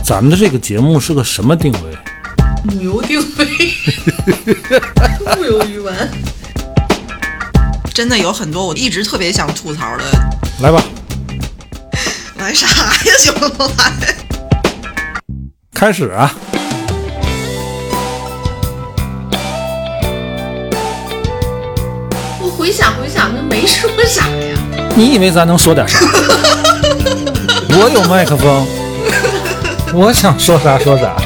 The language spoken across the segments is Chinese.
咱们的这个节目是个什么定位？ 母油定位，不油鱼丸。真的有很多我一直特别想吐槽的。 来吧， 来啥呀？行了，来。 开始啊！ 我回想，那没说啥呀。 你以为咱能说点啥？我有麦克风，我想说啥说啥。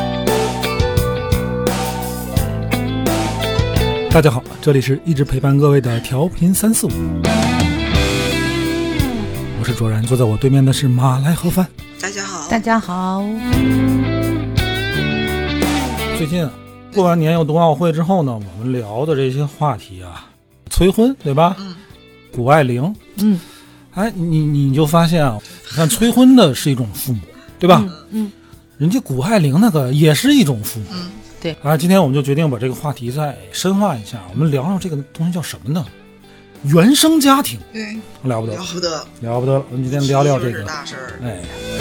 大家好，这里是一直陪伴各位的调频345，我是卓然，坐在我对面的是马来盒饭。 大家好， 大家好。 最近过完年又冬奥会之后呢，我们聊的这些话题啊，催婚对吧？谷爱凌，哎，你就发现啊，你看催婚的是一种父母，对吧？人家谷爱凌那个也是一种父母， 对啊，今天我们就决定把这个话题再深化一下，我们聊聊这个东西叫什么呢？原生家庭， 对， 了不得， 了不得， 了不得了。我们今天聊聊这个大事儿。 哎，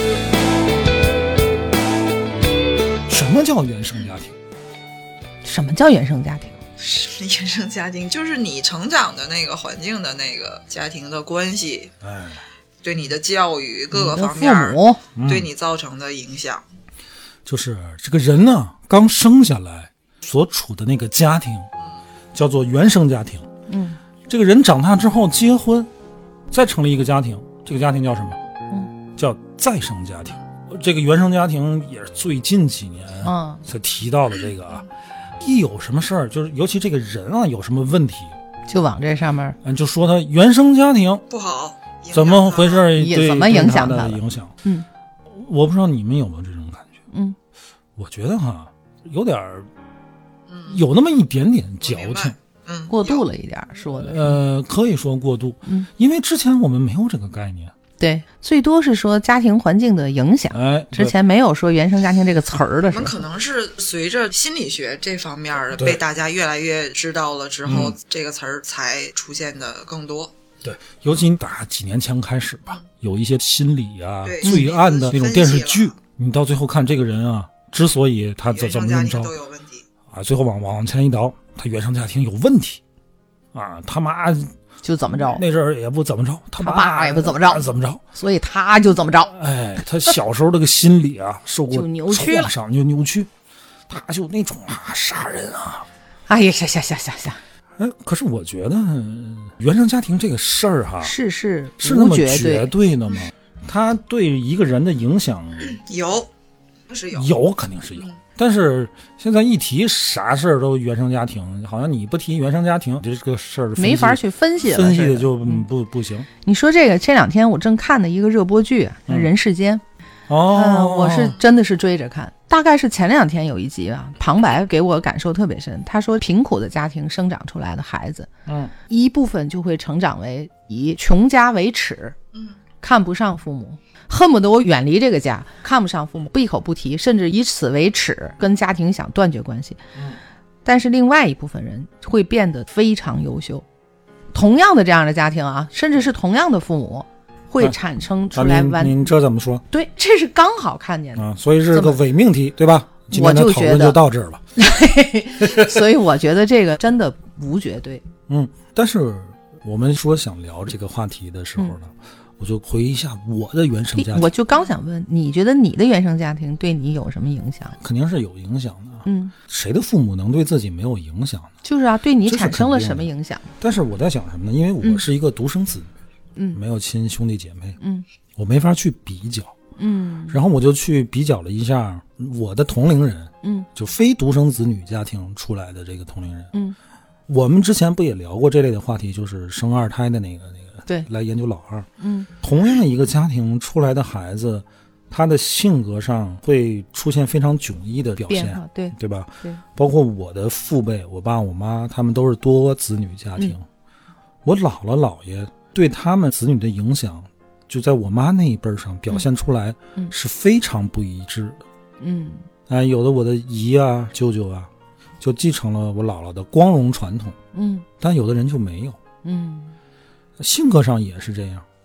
什么叫原生家庭？ 什么叫原生家庭？ 原生家庭就是你成长的那个环境的那个家庭的关系， 哎， 对你的教育各个方面， 父母对你造成的影响。 就是这个人呢，刚生下来所处的那个家庭，叫做原生家庭。这个人长大之后结婚，再成立一个家庭，这个家庭叫什么？叫再生家庭。这个原生家庭也是最近几年才提到的这个啊。一有什么事儿，就是尤其这个人啊有什么问题， 就往这上面， 就说他原生家庭不好， 怎么回事， 也怎么影响他的影响。我不知道你们有没有这种感觉。我觉得哈，有点有那么一点点矫情， 过度了一点说的。 可以说过度，因为之前我们没有这个概念。 对，最多是说家庭环境的影响，之前没有说原生家庭这个词儿的时候。 我们可能是随着心理学这方面的被大家越来越知道了之后，这个词儿才出现的更多。 对，尤其打几年前开始吧，有一些心理啊、罪案的那种电视剧，你到最后看这个人啊，之所以他怎么着都有问题啊，最后往前一倒，他原生家庭有问题啊，他妈就怎么着， 那阵儿也不怎么着，他爸也不怎么着，所以他就怎么着。 哎，他小时候这个心理啊，受过就扭曲了， 就扭曲，他就那种杀人啊。 哎呀，下。 哎，可是我觉得原生家庭这个事儿哈， 是那么绝对的吗？他对一个人的影响有肯定是有。但是现在一提啥事儿都原生家庭，好像你不提原生家庭，这个事儿没法去分析的就不行。 你说这个这两天我正看的一个热播剧人世间》我是真的是追着看，大概是前2天有一集啊，旁白给我感受特别深。他说贫苦的家庭生长出来的孩子，一部分就会成长为以穷家为耻，看不上父母，恨不得我远离这个家，看不上父母，闭口不提，甚至以此为耻，跟家庭想断绝关系。但是另外一部分人会变得非常优秀，同样的这样的家庭啊，甚至是同样的父母，会产生出来您这怎么说？ 对，这是刚好看见的所以是个伪命题，对吧？今天的讨论就到这儿了。 所以我觉得这个真的无绝对。 但是我们说想聊这个话题的时候呢，我就回忆一下我的原生家庭。 我就刚想问，你觉得你的原生家庭对你有什么影响？ 肯定是有影响的。谁的父母能对自己没有影响呢？ 就是啊，对你产生了什么影响？ 但是我在想什么呢？因为我是一个独生子女，没有亲兄弟姐妹，我没法去比较，然后我就去比较了一下我的同龄人，就非独生子女家庭出来的这个同龄人，我们之前不也聊过这类的话题，就是生2胎的那个对， 来研究老二，同样的一个家庭出来的孩子，他的性格上会出现非常迥异的表现，对吧？ 对， 包括我的父辈，我爸我妈他们都是多子女家庭，我姥姥姥爷对他们子女的影响，就在我妈那一辈上表现出来是非常不一致的。有的我的姨啊舅舅啊就继承了我姥姥的光荣传统，但有的人就没有，性格上也是这样。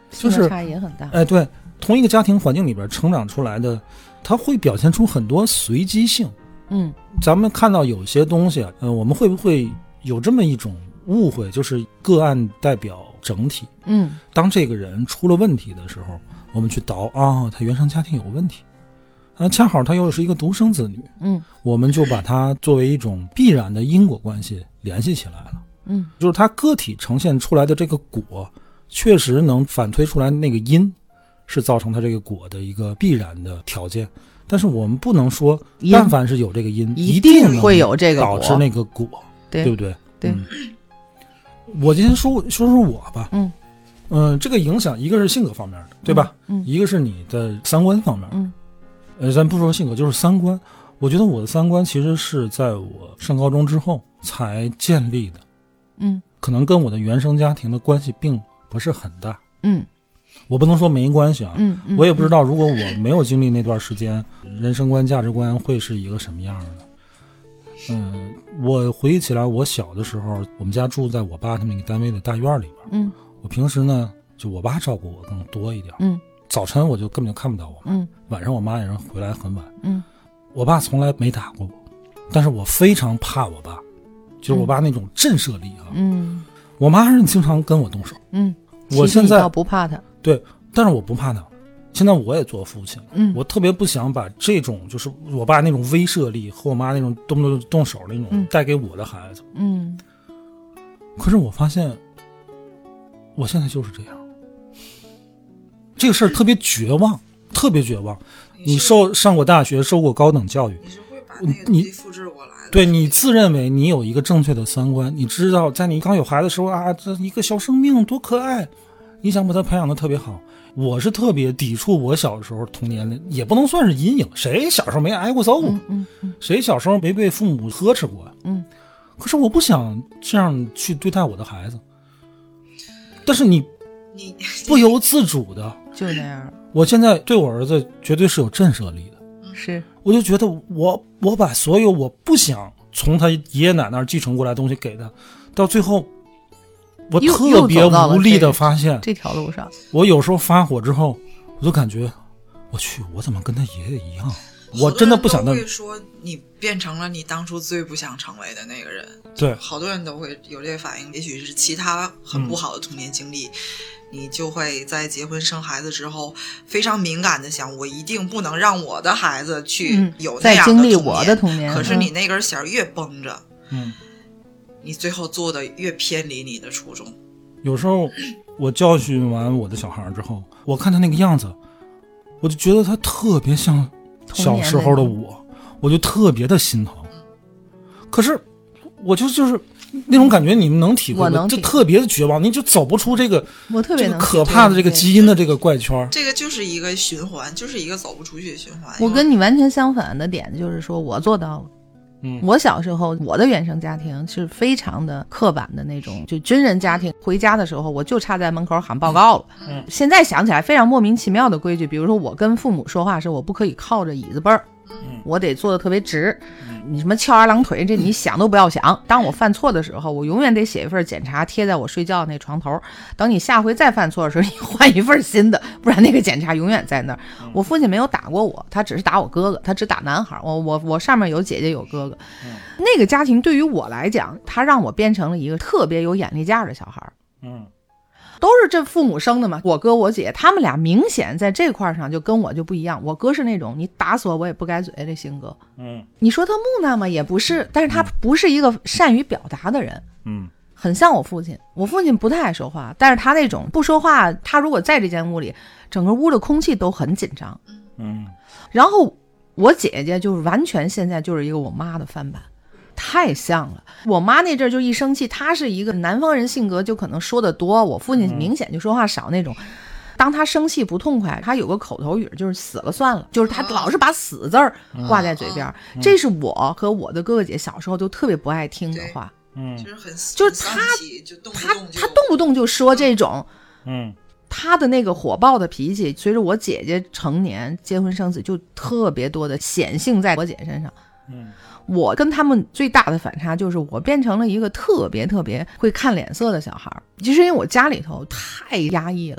就是差异也很大。 哎，对，同一个家庭环境里边成长出来的，它会表现出很多随机性。咱们看到有些东西，我们会不会有这么一种误会，就是个案代表整体？当这个人出了问题的时候，我们去倒他原生家庭有问题，恰好他又是一个独生子女，我们就把它作为一种必然的因果关系联系起来了。就是他个体呈现出来的这个果，确实能反推出来那个因，是造成他这个果的一个必然的条件。但是我们不能说，但凡是有这个因，一定会有这个导致那个果，对不对？ 对。 我今天说我吧，这个影响一个是性格方面的，对吧？一个是你的三观方面，咱不说性格，就是三观。我觉得我的三观其实是在我上高中之后才建立的，可能跟我的原生家庭的关系并不是很大，我不能说没关系啊，我也不知道如果我没有经历那段时间，人生观价值观会是一个什么样的。我回忆起来，我小的时候，我们家住在我爸他们那个单位的大院里边，我平时呢就我爸照顾我更多一点，早晨我就根本就看不到我妈，晚上我妈也是回来很晚，我爸从来没打过我，但是我非常怕我爸，就是我爸那种震慑力啊，我妈是经常跟我动手，我现在不怕他， 对，但是我不怕他。现在我也做父亲，我特别不想把这种就是我爸那种威慑力和我妈那种动不动动手那种带给我的孩子。可是我发现，我现在就是这样，这个事儿特别绝望，特别绝望。你上过大学，受过高等教育， 你是会把那个东西复制过来的。 对，你自认为你有一个正确的三观，你知道在你刚有孩子的时候这一个小生命多可爱，你想把它培养的特别好。我是特别抵触我小时候童年的，也不能算是阴影，谁小时候没挨过揍，谁小时候没被父母呵斥过，可是我不想这样去对待我的孩子。但是你不由自主的就那样。 我现在对我儿子绝对是有震慑力的， 是， 我就觉得我把所有我不想从他爷爷奶奶那儿继承过来的东西给他，到最后我特别无力的发现这条路上， 我有时候发火之后，我就感觉我去，我怎么跟他爷爷一样？我真的不想。 好多人都会说你变成了你当初最不想成为的那个人。 对， 好多人都会有这个反应。也许是其他很不好的童年经历，你就会在结婚生孩子之后非常敏感的想，我一定不能让我的孩子去有那样的经历我的童年。 可是你那根弦越绷着，你最后做的越偏离你的初衷。 有时候我教训完我的小孩之后，我看他那个样子，我就觉得他特别像小时候的我就特别的心疼。可是我就是那种感觉，你们能体会吗？就特别的绝望，你就走不出这个我特别能可怕的这个基因的这个怪圈。 这个就是一个循环，就是一个走不出去的循环。 我跟你完全相反的点就是说，我做到了。我小时候我的原生家庭是非常的刻板的那种，就军人家庭，回家的时候我就差在门口喊报告了。现在想起来非常莫名其妙的规矩，比如说我跟父母说话时我不可以靠着椅子背儿，我得坐得特别直。你什么翘二郎腿，这你想都不要想。当我犯错的时候，我永远得写一份检查贴在我睡觉那床头，等你下回再犯错的时候，你换一份新的，不然那个检查永远在那儿。我父亲没有打过我，他只是打我哥哥，他只打男孩。我上面有姐姐有哥哥。那个家庭对于我来讲，他让我变成了一个特别有眼力劲儿的小孩。都是这父母生的嘛，我哥我姐他们俩明显在这块上就跟我就不一样。我哥是那种你打死我也不改嘴的性格，你说他木讷吗？也不是，但是他不是一个善于表达的人，很像我父亲。我父亲不太爱说话，但是他那种不说话，他如果在这间屋里，整个屋的空气都很紧张，然后我姐姐就是完全现在就是一个我妈的翻版。太像了，我妈那阵就一生气，她是一个南方人性格，就可能说得多，我父亲明显就说话少那种。当他生气不痛快，他有个口头语就是死了算了，就是他老是把死字儿挂在嘴边，这是我和我的哥哥姐小时候都特别不爱听的话。就是他动不动就说这种，他的那个火爆的脾气，随着我姐姐成年结婚生子，就特别多的显性在我姐身上。我跟他们最大的反差就是我变成了一个特别特别会看脸色的小孩，就是因为我家里头太压抑了，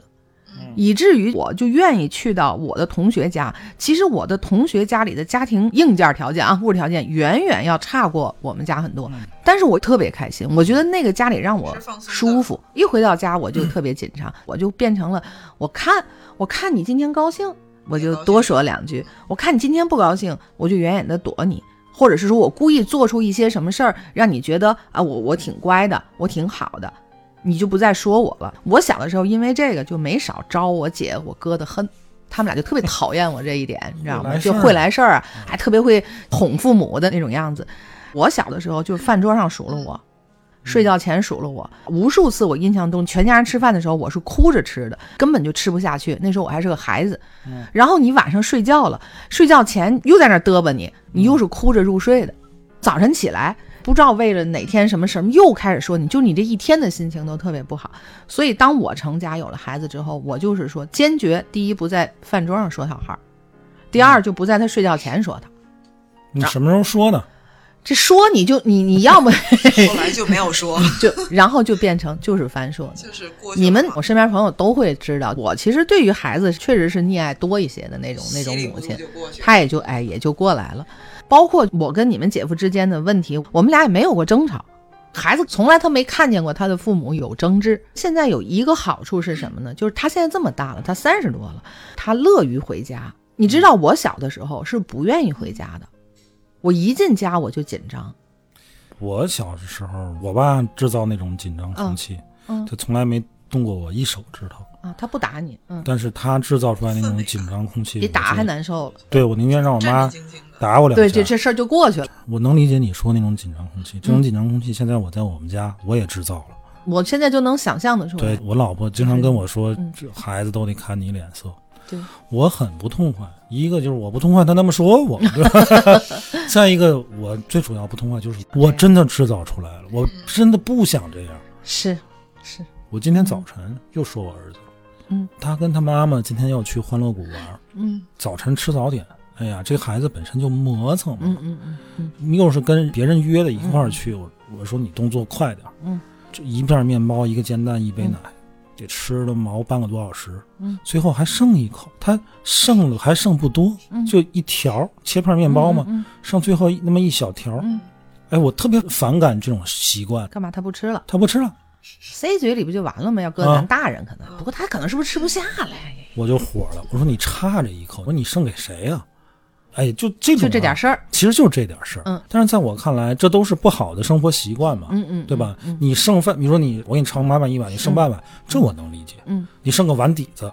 以至于我就愿意去到我的同学家。其实我的同学家里的家庭硬件条件物质条件远远要差过我们家很多，但是我特别开心，我觉得那个家里让我舒服，一回到家我就特别紧张，我就变成了我看你今天高兴我就多说2句，我看你今天不高兴我就远远的躲你，或者是说我故意做出一些什么事儿让你觉得我挺乖的，我挺好的，你就不再说我了。我小的时候因为这个就没少招我姐我哥的恨，他们俩就特别讨厌我这一点你知道吗？就会来事儿还特别会哄父母的那种样子。我小的时候就饭桌上数落我，睡觉前数落我无数次，我印象中全家人吃饭的时候我是哭着吃的，根本就吃不下去，那时候我还是个孩子。然后你晚上睡觉了，睡觉前又在那嘚吧你又是哭着入睡的，早晨起来不知道为了哪天什么又开始说你，就你这一天的心情都特别不好。所以当我成家有了孩子之后，我就是说坚决，第一不在饭桌上说小孩，第二就不在他睡觉前说他。 你什么时候说的？ 这说你就你要么后来就没有说然后就变成就是翻说， 就是过去你们我身边朋友都会知道，我其实对于孩子确实是溺爱多一些的那种母亲，他也就过来了。包括我跟你们姐夫之间的问题，我们俩也没有过争吵，孩子从来他没看见过他的父母有争执。现在有一个好处是什么呢？就是他现在这么大了，他30多了，他乐于回家。你知道我小的时候是不愿意回家的，我一进家我就紧张。 我小的时候我爸制造那种紧张空气，他从来没动过我一手指头他不打你， 但是他制造出来那种紧张空气比打还难受。 对，我宁愿让我妈打我2下， 对，这事儿就过去了。 我能理解你说那种紧张空气，这种紧张空气现在我在我们家我也制造了， 我现在就能想象得出来。 对，我老婆经常跟我说，这孩子都得看你脸色。 对， 我很不痛快，一个就是我不痛快他那么说我，对吧？再一个我最主要不痛快就是我真的制造出来了，我真的不想这样。 是我今天早晨又说我儿子了，他跟他妈妈今天要去欢乐谷玩，早晨吃早点，哎呀，这个孩子本身就磨蹭嘛，你又是跟别人约的一块儿去，我说你动作快点，这一片面包一个煎蛋一杯奶，得吃了半个多小时，最后还剩一口，他剩了还剩不多，就一条切片面包嘛，剩最后那么一小条，哎，我特别反感这种习惯。 干嘛他不吃了？ 他不吃了， 塞嘴里不就完了吗？要搁咱大人可能，不过他可能是不是吃不下来？ 我就火了，我说你差这一口，我说你剩给谁呀？哎，就这种， 就这点事儿， 其实就是这点事儿。但是在我看来，这都是不好的生活习惯嘛，对吧？你剩饭，比如说我给你盛满满一碗，你剩半碗，这我能理解。你剩个碗底子，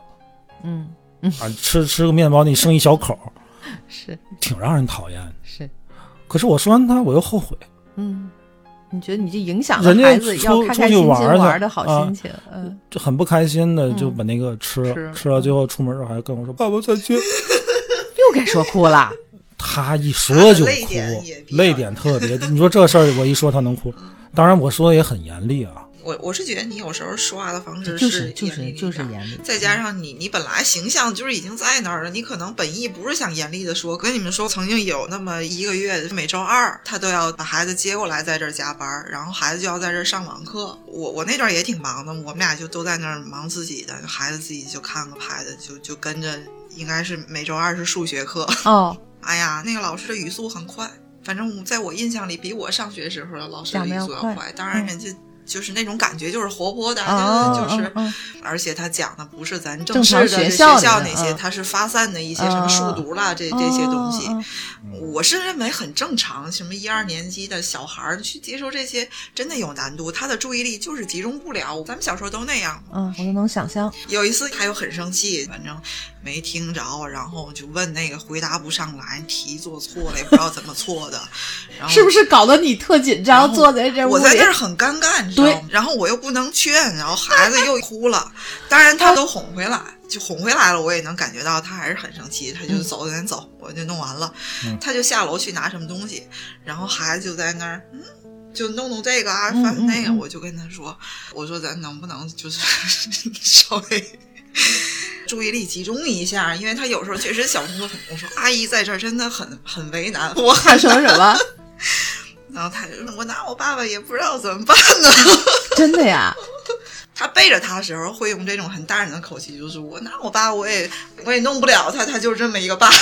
吃个面包，你剩一小口， 是挺让人讨厌。 是， 可是我说完他，我又后悔。 你觉得你就影响了孩子要开开心心玩的好心情， 就很不开心的就把那个吃了，最后出门时候还跟我说爸爸再见。 又给说哭了， 他一说就哭，泪点特别。你说这事儿我一说他能哭，当然我说的也很严厉啊。 我是觉得你有时候说话的方式就是严厉，再加上你本来形象就是已经在那儿了，你可能本意不是想严厉的说。跟你们说，曾经有那么1个月，每周2他都要把孩子接过来，在这儿加班，然后孩子就要在这儿上网课。我那段也挺忙的，我们俩就都在那儿忙自己的，孩子自己就看个牌子，就跟着。应该是每周2是数学课哎呀，那个老师的语速很快，反正在我印象里比我上学时候的老师的语速要快。当然人家就是那种感觉就是活泼的，就是而且他讲的不是咱正式的学校那些，他是发散的一些什么数独啦，这些东西我是认为很正常。什么1、2年级的小孩去接受这些真的有难度，他的注意力就是集中不了，咱们小时候都那样。 我都能想象。 有一次他又很生气，反正没听着，然后就问那个回答不上来，题做错了也不知道怎么错的，然后是不是搞得你特紧张，坐在这屋里我在那儿很尴尬，你知道吗？然后我又不能劝，然后孩子又哭了，当然他都哄回来，就哄回来了，我也能感觉到他还是很生气，他就走赶紧走，我就弄完了，他就下楼去拿什么东西，然后孩子就在那儿就弄这个啊翻那个，我就跟他说，我说咱能不能就是稍微注意力集中一下，因为他有时候确实小动作很，我说阿姨在这儿真的很为难，我喊什么然后他就说我拿我爸爸也不知道怎么办呢。 真的呀？ 他背着他的时候会用这种很大人的口气，就是我爸我也弄不了他就这么一个爸。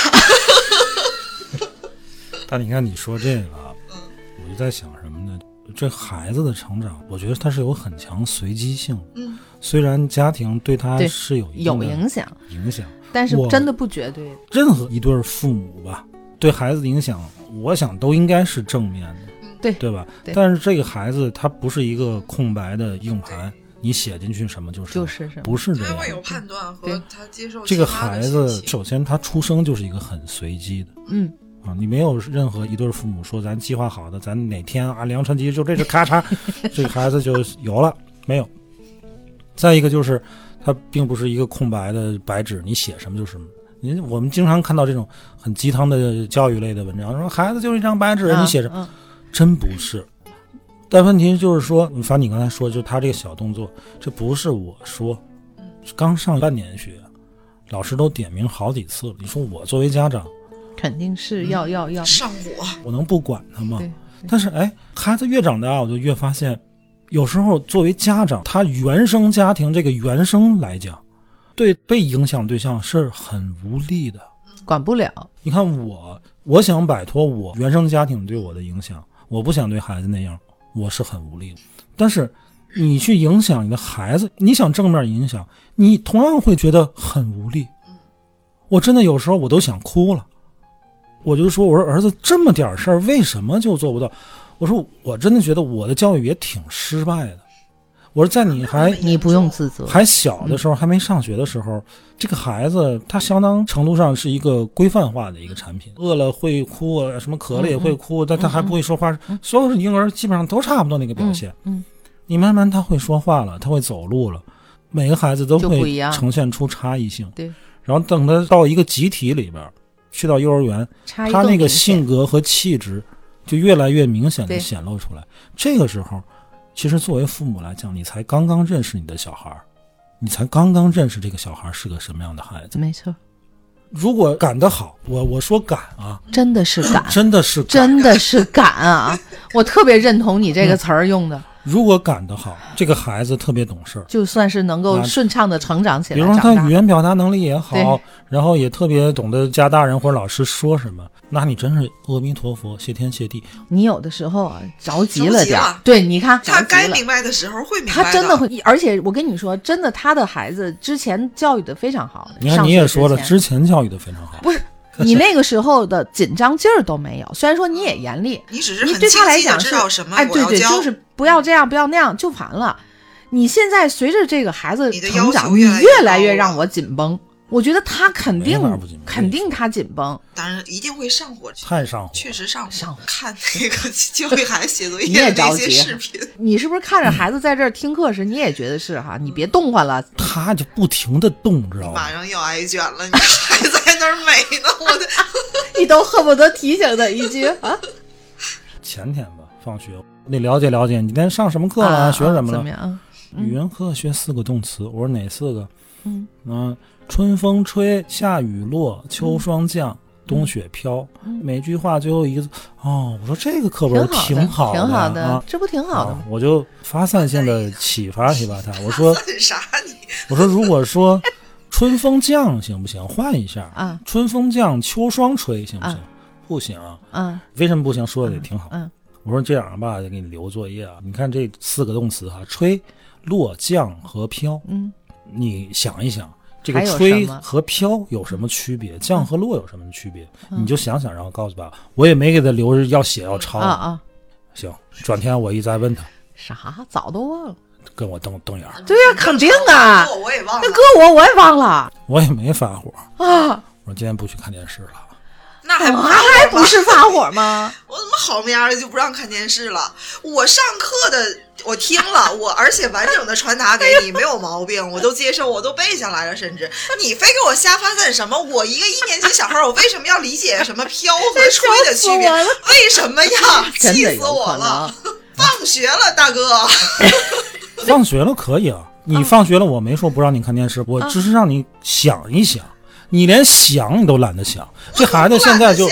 但你看你说这个我就在想什么呢，这孩子的成长我觉得他是有很强随机性的。虽然家庭对他是有影响，但是真的不绝对。 任何一对父母吧，对孩子的影响我想都应该是正面的，对吧？但是这个孩子他不是一个空白的硬盘，你写进去什么就是什么，不是这样。 他会有判断和他接受这个孩子首先他出生就是一个很随机的。你没有任何一对父母说咱计划好的，咱哪天良辰吉日就这是咔嚓这个孩子就有了，没有。再一个就是它并不是一个空白的白纸，你写什么就是什么。我们经常看到这种很鸡汤的教育类的文章，说孩子就是一张白纸，你写什么，真不是。但问题就是说，反正你刚才说就是他这个小动作，这不是我说，刚上半年学老师都点名好几次了，你说我作为家长肯定是要上我能不管他吗？但是孩子越长大我就越发现，有时候作为家长他原生家庭这个原生来讲，对被影响对象是很无力的， 管不了。 你看我想摆脱我原生家庭对我的影响，我不想对孩子那样，我是很无力的。但是你去影响你的孩子，你想正面影响，你同样会觉得很无力。我真的有时候我都想哭了，我就说，我说儿子这么点事儿为什么就做不到？我说我真的觉得我的教育也挺失败的。我说在你不用自责， 还小的时候，还没上学的时候，这个孩子他相当程度上是一个规范化的一个产品，饿了会哭，什么渴了也会哭，但他还不会说话。所有婴儿基本上都差不多那个表现。你慢慢他会说话了，他会走路了，每个孩子都会呈现出差异性。 对， 然后等他到一个集体里边，去到幼儿园，他那个性格和气质就越来越明显的显露出来。这个时候其实作为父母来讲，你才刚刚认识你的小孩，你才刚刚认识这个小孩是个什么样的孩子。 没错， 如果赶得好，我说赶啊， 真的是赶， 真的是赶啊！我特别认同你这个词儿用的。 如果赶得好，这个孩子特别懂事， 就算是能够顺畅的成长起来。 比如说他语言表达能力也好，然后也特别懂得家大人或者老师说什么，那你真是阿弥陀佛，谢天谢地。 你有的时候着急了点，对，你看他该明白的时候会明白的， 他真的会。而且我跟你说，真的，他的孩子之前教育的非常好的。 你看你也说了，之前教育的非常好， 不是。你那个时候的紧张劲儿都没有，虽然说你也严厉， 你只是很清晰的知道什么我要教， 对，就是不要这样不要那样就完了。你现在随着这个孩子成长，你越来越让我紧绷。我觉得他肯定他紧绷， 当然一定会上火， 太上火， 确实上火。看那个教育孩子写作业的那些视频， 你是不是看着孩子在这儿听课时，你也觉得是哈？你别动唤了， 他就不停的动，知道吗？ 马上要挨卷了，你还在那儿美呢，我的， 你都恨不得提醒他一句啊。 前天吧，放学得了解了解，你今天上什么课了？学什么了？ 怎么样？ 语文课学4个动词，我说哪4个？春风吹，夏雨落，秋霜降，冬雪飘。每句话最后一个字，我说这个课文挺好的， 挺好的，这不挺好的吗？ 我就发散性的启发他，我说啥你？ 我说如果说春风降行不行？换一下啊， 春风降，秋霜吹行不行？不行。为什么不行？说的也挺好。我说这样吧，就给你留作业啊。你看这4个动词哈，吹、落、降和飘。你想一想，这个吹和飘有什么区别？降和落有什么区别？你就想想，然后告诉爸爸。我也没给他留着要写要抄行，转天我一再问他， 啥早都忘了， 跟我瞪眼。 对呀，肯定啊， 我也忘了， 那搁我也忘了， 我也没发火啊。 我说今天不去看电视了。 那还不是发火吗？ 我怎么好面的就不让看电视了？我上课的我听了，而且完整的传达给你，没有毛病，我都接受，我都背下来了，甚至你非给我瞎发散什么？我一个1年级小孩，我为什么要理解什么飘和吹的区别？为什么呀？气死我了！放学了，大哥。 放学了可以啊，你放学了，我没说不让你看电视，我只是让你想一想。你连想你都懒得想，这孩子现在就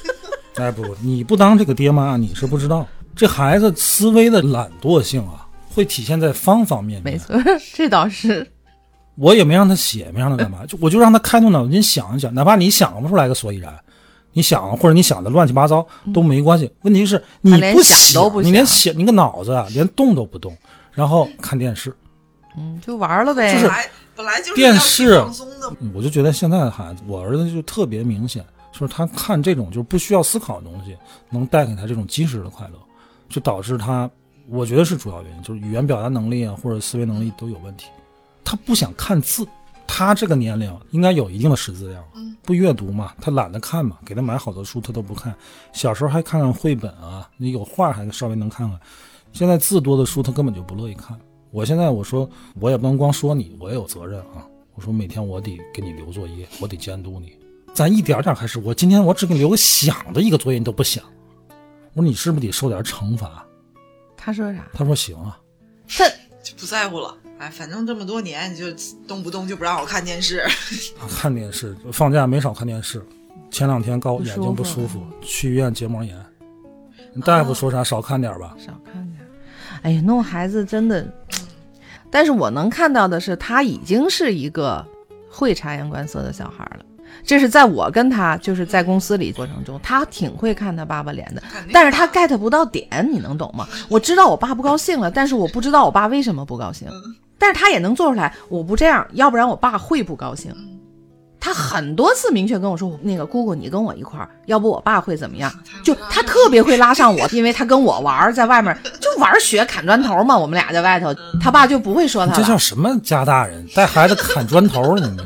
不，你不当这个爹妈你是不知道，这孩子思维的懒惰性会体现在方方面面。 没错，这倒是。 我也没让他写，没让他干嘛，我就让他开动脑筋想一想，哪怕你想不出来个所以然，你想或者你想的乱七八糟都没关系。问题是你不想，你连想，你个脑子啊，连动都不动，然后看电视， 就玩了呗。 就是本来就是电视放松的。 我就觉得现在的孩子，我儿子就特别明显，就是他看这种就是不需要思考的东西，能带给他这种即时的快乐，就导致他，我觉得是主要原因，就是语言表达能力啊或者思维能力都有问题。他不想看字，他这个年龄应该有一定的识字量，不阅读嘛，他懒得看嘛，给他买好多书他都不看。小时候还看看绘本啊，你有画还稍微能看看，现在字多的书他根本就不乐意看。我现在我说我也不能光说你，我也有责任啊。我说每天我得给你留作业，我得监督你，咱一点点开始。我今天我只给你留个想的一个作业你都不想，我说你是不是得受点惩罚？ 他说啥？ 他说行啊， 他就不在乎了。哎，反正这么多年，你就动不动就不让我看电视。 看电视，放假没少看电视。前2天告眼睛不舒服，去医院结膜炎。大夫说啥？少看点吧。 少看点。哎呀，弄孩子真的。但是我能看到的是，他已经是一个会察言观色的小孩了。这是在我跟他就是在公司里过程中，他挺会看他爸爸脸的，但是他 get 不到点，你能懂吗？我知道我爸不高兴了，但是我不知道我爸为什么不高兴，但是他也能做出来，我不这样，要不然我爸会不高兴。他很多次明确跟我说，那个姑姑你跟我一块儿，要不我爸会怎么样，就他特别会拉上我，因为他跟我玩，在外面就玩雪砍砖头嘛，我们俩在外头，他爸就不会说他了。 这叫什么家大人带孩子砍砖头呢？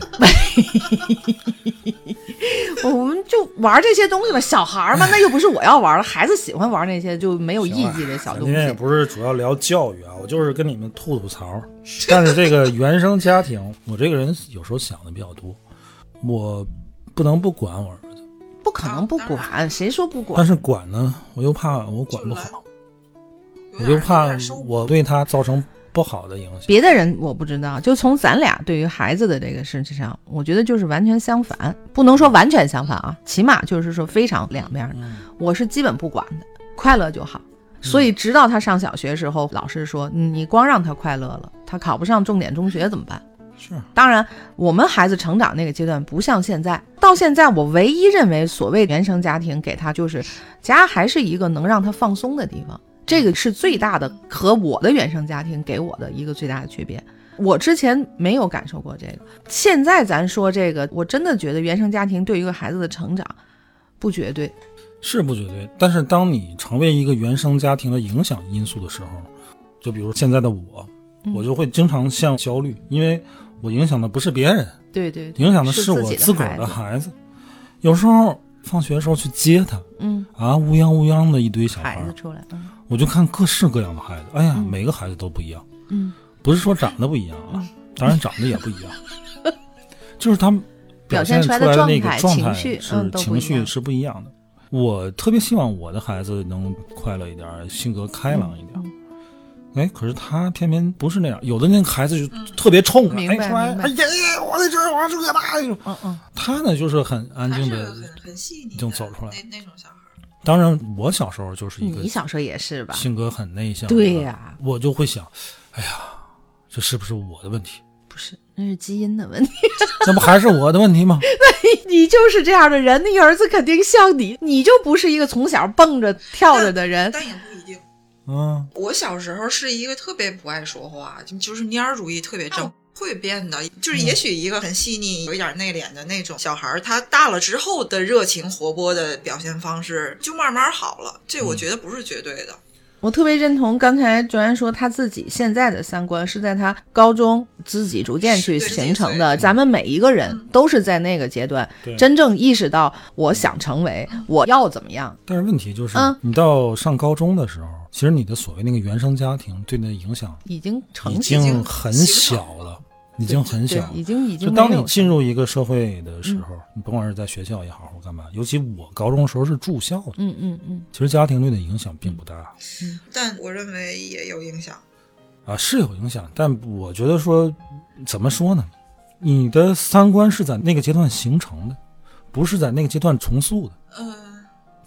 我们就玩这些东西吧，小孩嘛，那又不是我要玩了，孩子喜欢玩那些就没有意义的小东西。 今天也不是主要聊教育啊，我就是跟你们吐槽。但是这个原生家庭，我这个人有时候想的比较多，我不能不管我儿子， 不可能不管，谁说不管？ 但是管呢，我又怕我管不好，我就怕我对他造成不好的影响。 别的人我不知道，就从咱俩对于孩子的这个事情上，我觉得就是完全相反，不能说完全相反啊，起码就是说非常两面的。我是基本不管的，快乐就好。所以直到他上小学时候，老师说你光让他快乐了，他考不上重点中学怎么办？ 是， 当然我们孩子成长那个阶段不像现在，到现在我唯一认为所谓原生家庭给他就是家还是一个能让他放松的地方，这个是最大的和我的原生家庭给我的一个最大的区别。我之前没有感受过这个，现在咱说这个，我真的觉得原生家庭对于一个孩子的成长不绝对， 是不绝对。但是当你成为一个原生家庭的影响因素的时候，就比如现在的我就会经常像焦虑，因为我影响的不是别人， 对对， 影响的是我自个儿的孩子。有时候放学的时候去接他，乌泱乌泱的一堆小孩子出来， 我就看各式各样的孩子，哎呀，每个孩子都不一样，不是说长得不一样啊，当然长得也不一样，就是他们表现出来的那个状态情绪是不一样的。我特别希望我的孩子能快乐一点，性格开朗一点。可是他偏偏不是那样，有的那个孩子就特别冲， 明白哎呀，我在这儿，我这个吧，他呢就是很安静的， 很细腻， 就走出来那种小孩。 当然，我小时候就是一个， 你小时候也是吧？ 性格很内向， 对呀， 我就会想，哎呀，这是不是我的问题？ 不是，那是基因的问题。 那不还是我的问题吗？ 那你就是这样的人，你儿子肯定像你，你就不是一个从小蹦着跳着的人。 但也不一定。我小时候是一个特别不爱说话，就是蔫儿主义特别正，会变的。就是也许一个很细腻、有一点内敛的那种小孩，他大了之后的热情活泼的表现方式就慢慢好了。这我觉得不是绝对的。 我特别认同刚才卓然说他自己现在的三观是在他高中自己逐渐去形成的，咱们每一个人都是在那个阶段真正意识到我想成为我要怎么样。 但是问题就是你到上高中的时候，其实你的所谓那个原生家庭对你的影响已经很小了，已经很小， 已经就当你进入一个社会的时候，你甭管是在学校也好或干嘛，尤其我高中的时候是住校的，其实家庭对你的影响并不大， 但我认为也有影响啊，是有影响，但我觉得说怎么说呢，你的三观是在那个阶段形成的，不是在那个阶段重塑的。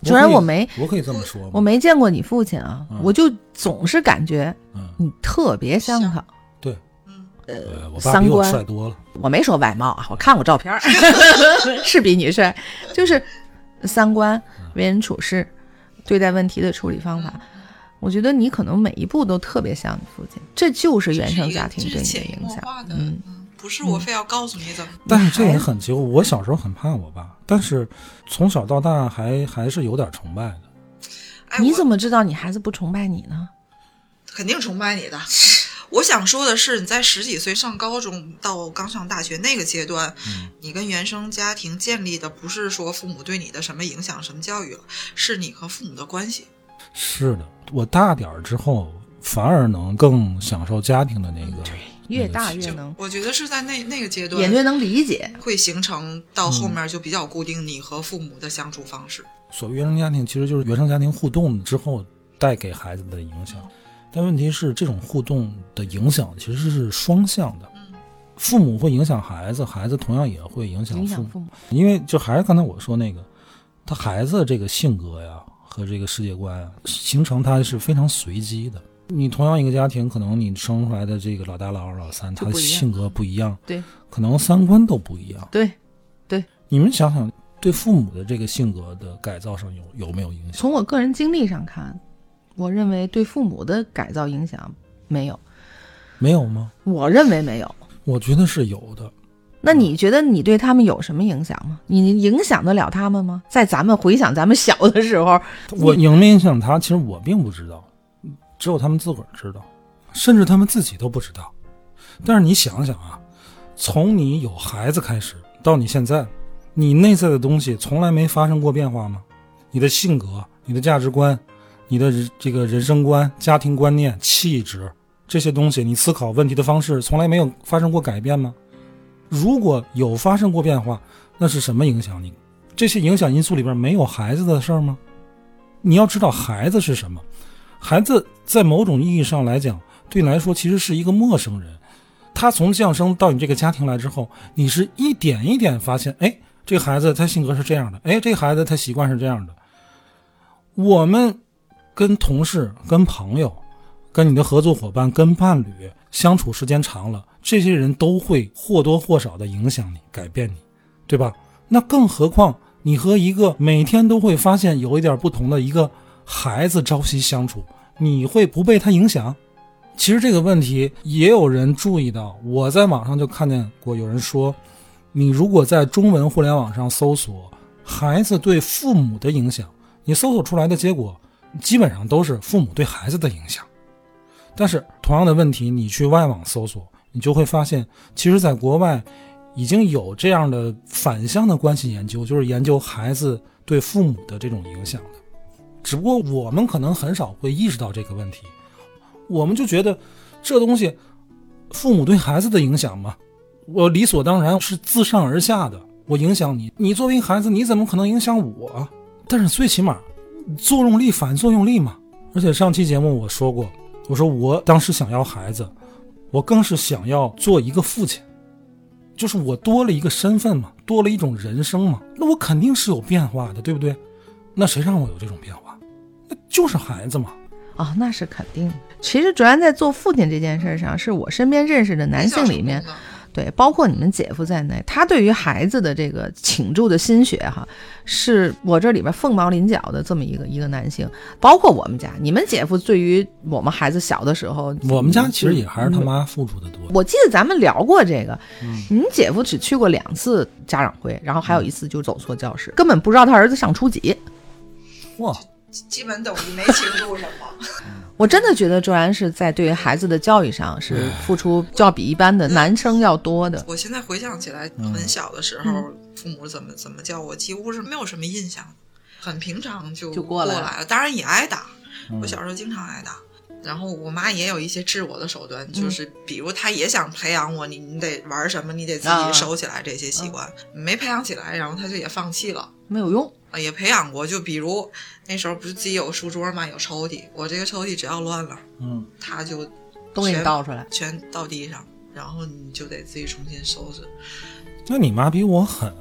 虽然我可以这么说吗？ 我没见过你父亲啊，我就总是感觉你特别像他。 对，我爸比我帅多了。 我没说外貌啊，我看过照片是比你帅，就是三观、为人处事、对待问题的处理方法，我觉得你可能每一步都特别像你父亲，这就是原生家庭对你的影响。 不是我非要告诉你怎么。 但是这也很奇怪，我小时候很怕我爸，但是从小到大还是有点崇拜的。 你怎么知道你孩子不崇拜你呢？ 肯定崇拜你的。我想说的是，你在10几岁上高中到刚上大学那个阶段，你跟原生家庭建立的不是说父母对你的什么影响、什么教育了，是你和父母的关系。 是的，我大点儿之后反而能更享受家庭的那个。 越大越能， 我觉得是在那个阶段也越能理解， 会形成到后面就比较固定你和父母的相处方式。 所谓原生家庭，其实就是原生家庭互动之后带给孩子的影响。但问题是，这种互动的影响其实是双向的。父母会影响孩子，孩子同样也会影响父母。因为就还是刚才我说那个，他孩子这个性格呀和这个世界观啊，形成他是非常随机的。你同样一个家庭，可能你生出来的这个老大、老二、老三，他的性格不一样， 对， 可能三观都不一样， 对。 你们想想，对父母的这个性格的改造上有没有影响？ 从我个人经历上看，我认为对父母的改造影响没有。 没有吗？我认为没有。 我觉得是有的。 那你觉得你对他们有什么影响吗？你影响得了他们吗？在咱们回想咱们小的时候， 我影没影响他，其实我并不知道。只有他们自个儿知道，甚至他们自己都不知道。但是你想想啊，从你有孩子开始到你现在，你内在的东西从来没发生过变化吗？你的性格、你的价值观、你的这个人生观、家庭观念、气质，这些东西你思考问题的方式从来没有发生过改变吗？如果有发生过变化，那是什么影响你？这些影响因素里边没有孩子的事儿吗？你要知道孩子是什么。孩子在某种意义上来讲，对你来说其实是一个陌生人。他从降生到你这个家庭来之后，你是一点一点发现，哎，这个孩子他性格是这样的，哎，这个孩子他习惯是这样的。我们跟同事、跟朋友、跟你的合作伙伴、跟伴侣相处时间长了，这些人都会或多或少的影响你、改变你，对吧？那更何况你和一个每天都会发现有一点不同的一个孩子朝夕相处，你会不被他影响？其实这个问题也有人注意到，我在网上就看见过有人说，你如果在中文互联网上搜索孩子对父母的影响，你搜索出来的结果基本上都是父母对孩子的影响。但是同样的问题你去外网搜索，你就会发现其实在国外已经有这样的反向的关系研究，就是研究孩子对父母的这种影响的。只不过我们可能很少会意识到这个问题，我们就觉得这东西父母对孩子的影响嘛，我理所当然是自上而下的，我影响你，你作为孩子你怎么可能影响我？但是最起码作用力反作用力嘛。而且上期节目我说过，我说我当时想要孩子，我更是想要做一个父亲，就是我多了一个身份嘛，多了一种人生嘛，那我肯定是有变化的，对不对？那谁让我有这种变化？那就是孩子嘛。 哦，那是肯定。其实卓然在做父亲这件事上，是我身边认识的男性里面，对，包括你们姐夫在内，他对于孩子的这个倾注的心血哈，是我这里边凤毛麟角的这么一个男性。包括我们家，你们姐夫对于我们孩子小的时候， 我们家其实也还是他妈付出的多。 我记得咱们聊过这个，你们姐夫只去过2次家长会，然后还有1次就走错教室，根本不知道他儿子上初几。 哇， 基本等于没倾注什么。 我真的觉得卓然是在对于孩子的教育上是付出就要比一般的男生要多的。 我现在回想起来，很小的时候，父母怎么教我，几乎是没有什么印象，很平常就过来了。当然也挨打，我小时候经常挨打。然后我妈也有一些治我的手段，就是比如她也想培养我，你得玩什么，你得自己收起来这些习惯，没培养起来，然后她就也放弃了， 没有用。 也培养过，就比如那时候不是自己有书桌嘛，有抽屉，我这个抽屉只要乱了，他就都给你倒出来， 全倒地上，然后你就得自己重新收拾。 那你妈比我狠啊！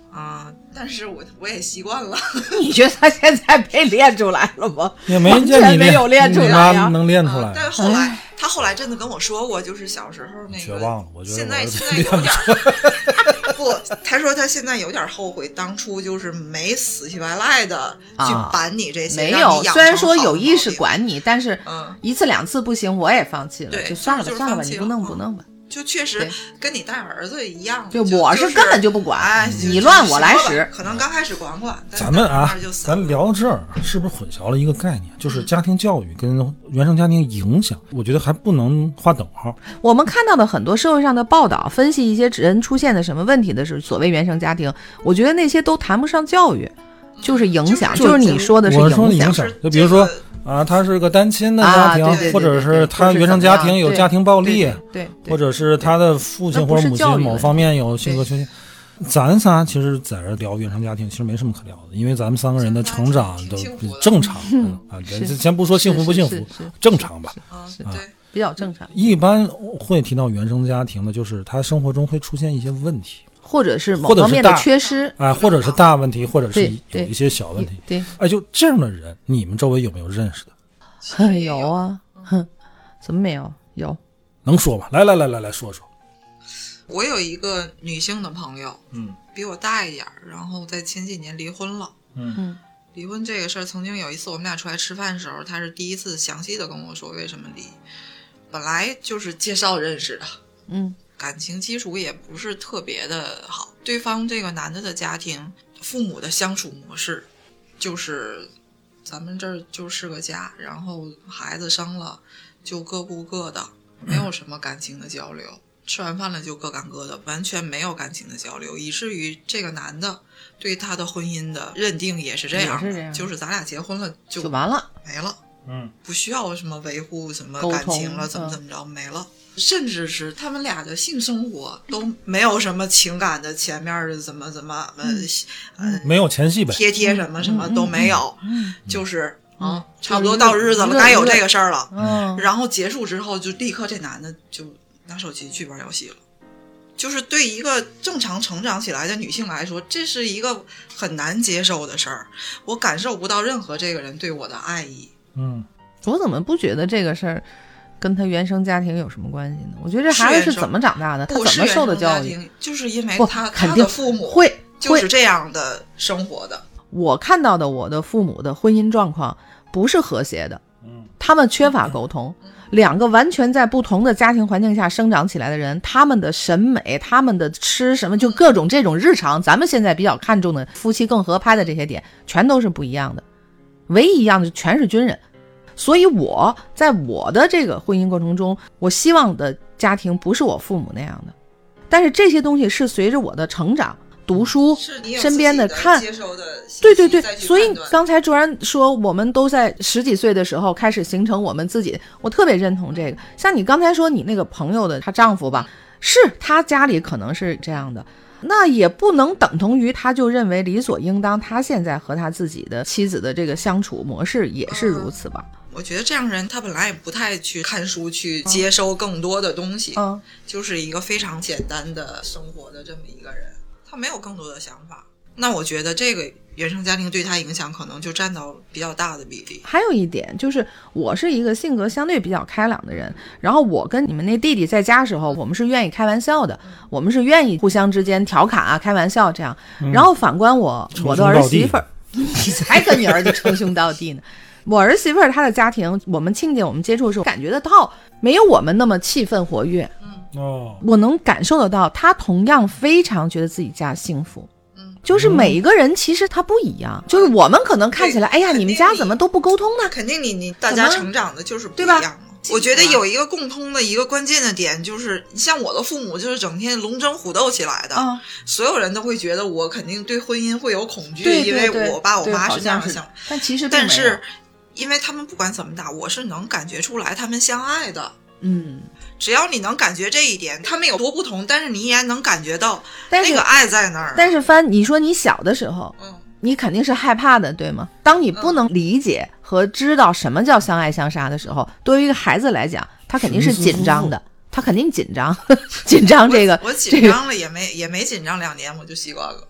但是我也习惯了。 你觉得他现在被练出来了吗？ 也没见你没有练出来呀， 能练出来。 但是他后来真的跟我说过，就是小时候那个绝望了。我觉得现在有点不，他说他现在有点后悔，当初就是没死乞白赖的去板你这些。 没有，虽然说有意识管你，但是一次两次不行，我也放弃了，就算了吧，算了吧，你不弄吧。 就确实跟你带儿子一样， 就我是根本就不管，你乱我来使。 可能刚开始管， 咱们咱聊到这儿，是不是混淆了一个概念？就是家庭教育跟原生家庭影响，我觉得还不能划等号。 我们看到的很多社会上的报道，分析一些人出现的什么问题的是所谓原生家庭，我觉得那些都谈不上教育，就是影响，就是你说的是影响。就比如说他是个单亲的家庭，或者是他原生家庭有家庭暴力， 对， 或者是他的父亲或者母亲某方面有性格缺陷。咱仨其实在这聊原生家庭，其实没什么可聊的，因为咱们3个人的成长都正常先不说幸福不幸福，正常吧？ 对， 比较正常。 一般会提到原生家庭的，就是他生活中会出现一些问题。 或者是某方面的缺失， 或者是大问题，或者是有一些小问题。 对， 就这样的人，你们周围有没有认识的？有啊，怎么没有？有， 能说吗？来说说。 我有一个女性的朋友，比我大一点，然后在前几年离婚了。离婚这个事儿，曾经有一次我们俩出来吃饭的时候，她是第一次详细的跟我说为什么离。本来就是介绍认识的，感情基础也不是特别的好，对方这个男的的家庭父母的相处模式就是咱们这儿就是个家，然后孩子生了就各顾各的，没有什么感情的交流，吃完饭了就各干各的，完全没有感情的交流，以至于这个男的对他的婚姻的认定也是这样的，就是咱俩结婚了就完了， 没了，不需要什么维护什么感情了，怎么着没了。甚至是他们俩的性生活都没有什么情感的，前面的怎么没有前戏呗， 贴什么什么都没有，就是差不多到日子了，该有这个事儿了，然后结束之后就立刻这男的就拿手机去玩游戏了。就是对一个正常成长起来的女性来说，这是一个很难接受的事儿，我感受不到任何这个人对我的爱意。 我怎么不觉得这个事儿跟他原生家庭有什么关系呢？我觉得这孩子是怎么长大的，他怎么受的教育， 就是因为他的父母会就是这样的生活的。 我看到的我的父母的婚姻状况不是和谐的，他们缺乏沟通，两个完全在不同的家庭环境下生长起来的人，他们的审美，他们的吃什么，就各种这种日常咱们现在比较看重的夫妻更合拍的这些点全都是不一样的，唯一一样的全是军人。所以我在我的这个婚姻过程中，我希望的家庭不是我父母那样的，但是这些东西是随着我的成长读书身边的看，对，所以刚才卓然说我们都在10几岁的时候开始形成我们自己，我特别认同这个。像你刚才说你那个朋友的她丈夫吧，是他家里可能是这样的，那也不能等同于他就认为理所应当他现在和他自己的妻子的这个相处模式也是如此吧。 我觉得这样人他本来也不太去看书去接收更多的东西，就是一个非常简单的生活的这么一个人，他没有更多的想法。那我觉得这个原生家庭对他影响可能就占到比较大的比例。 还有一点就是我是一个性格相对比较开朗的人，然后我跟你们那弟弟在家时候，我们是愿意开玩笑的，我们是愿意互相之间调侃啊开玩笑这样，然后反观我的儿媳妇儿，你才跟你儿子称兄道弟呢。我儿媳妇儿她的家庭，我们亲戚我们接触的时候感觉得到没有我们那么气氛活跃，我能感受得到她同样非常觉得自己家幸福，就是每一个人其实他不一样，就是我们可能看起来哎呀你们家怎么都不沟通呢， 肯定你大家成长的就是不一样嘛。我觉得有一个共通的一个关键的点，就是像我的父母就是整天龙争虎斗起来的，所有人都会觉得我肯定对婚姻会有恐惧，因为我爸我妈是这样想，但是因为他们不管怎么打，我是能感觉出来他们相爱的。只要你能感觉这一点，他们有多不同，但是你依然能感觉到那个爱在那儿。 但是帆，你说你小的时候，你肯定是害怕的，对吗？当你不能理解和知道什么叫相爱相杀的时候，对于一个孩子来讲，他肯定是紧张的，他肯定紧张，紧张这个。 我紧张了也没紧张2年我就习惯了。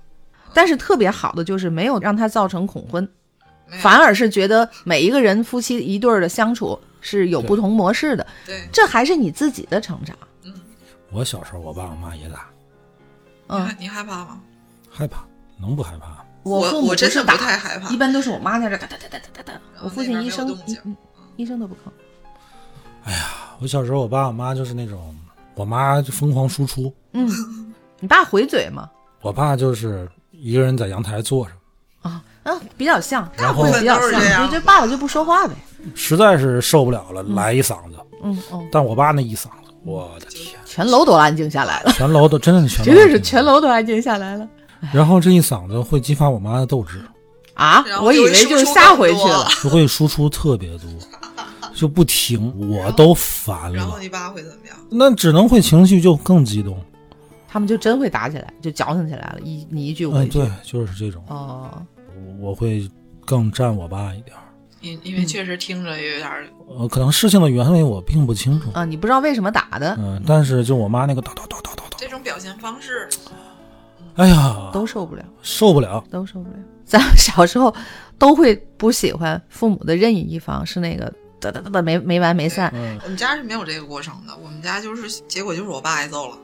但是特别好的就是没有让他造成恐婚，反而是觉得每一个人夫妻一对的相处是有不同模式的。 对， 这还是你自己的成长。 我小时候我爸我妈也打。 你害怕吗？ 害怕，能不害怕？ 我真的不太害怕， 一般都是我妈在这打。我父亲一声都不吭。 哎呀，我小时候我爸我妈就是那种，我妈就疯狂输出。 你爸回嘴吗？ 我爸就是一个人在阳台坐着。 比较像， 然后比较像，这爸爸就不说话呗。 实在是受不了了，来一嗓子。但我爸那一嗓子，我的天， 全楼都安静下来了。 全楼都真的是全楼都安静下来了。 然后这一嗓子会激发我妈的斗志啊！我以为就是吓回去了， 就会输出特别多，就不停，我都烦了。 然后你爸会怎么样？ 那只能会情绪就更激动， 他们就真会打起来，就矫情起来了，你一句我一句。 对，就是这种。我会更站我爸一点。 因为确实听着有点可能事情的原委我并不清楚你不知道为什么打的。 但是就我妈那个打这种表现方式， 哎呀， 都受不了， 都受不了。 咱们小时候都会不喜欢父母的任意一方是那个哒没完没散。 我们家是没有这个过程的，我们家就是结果就是我爸挨揍了。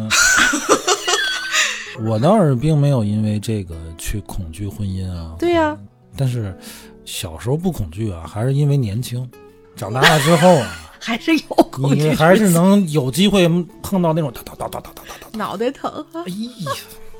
我倒是并没有因为这个去恐惧婚姻啊。 对呀， 但是小时候不恐惧啊，还是因为年轻。长大了之后啊， 还是有恐惧， 你还是能有机会碰到那种脑袋疼啊。 哎呀。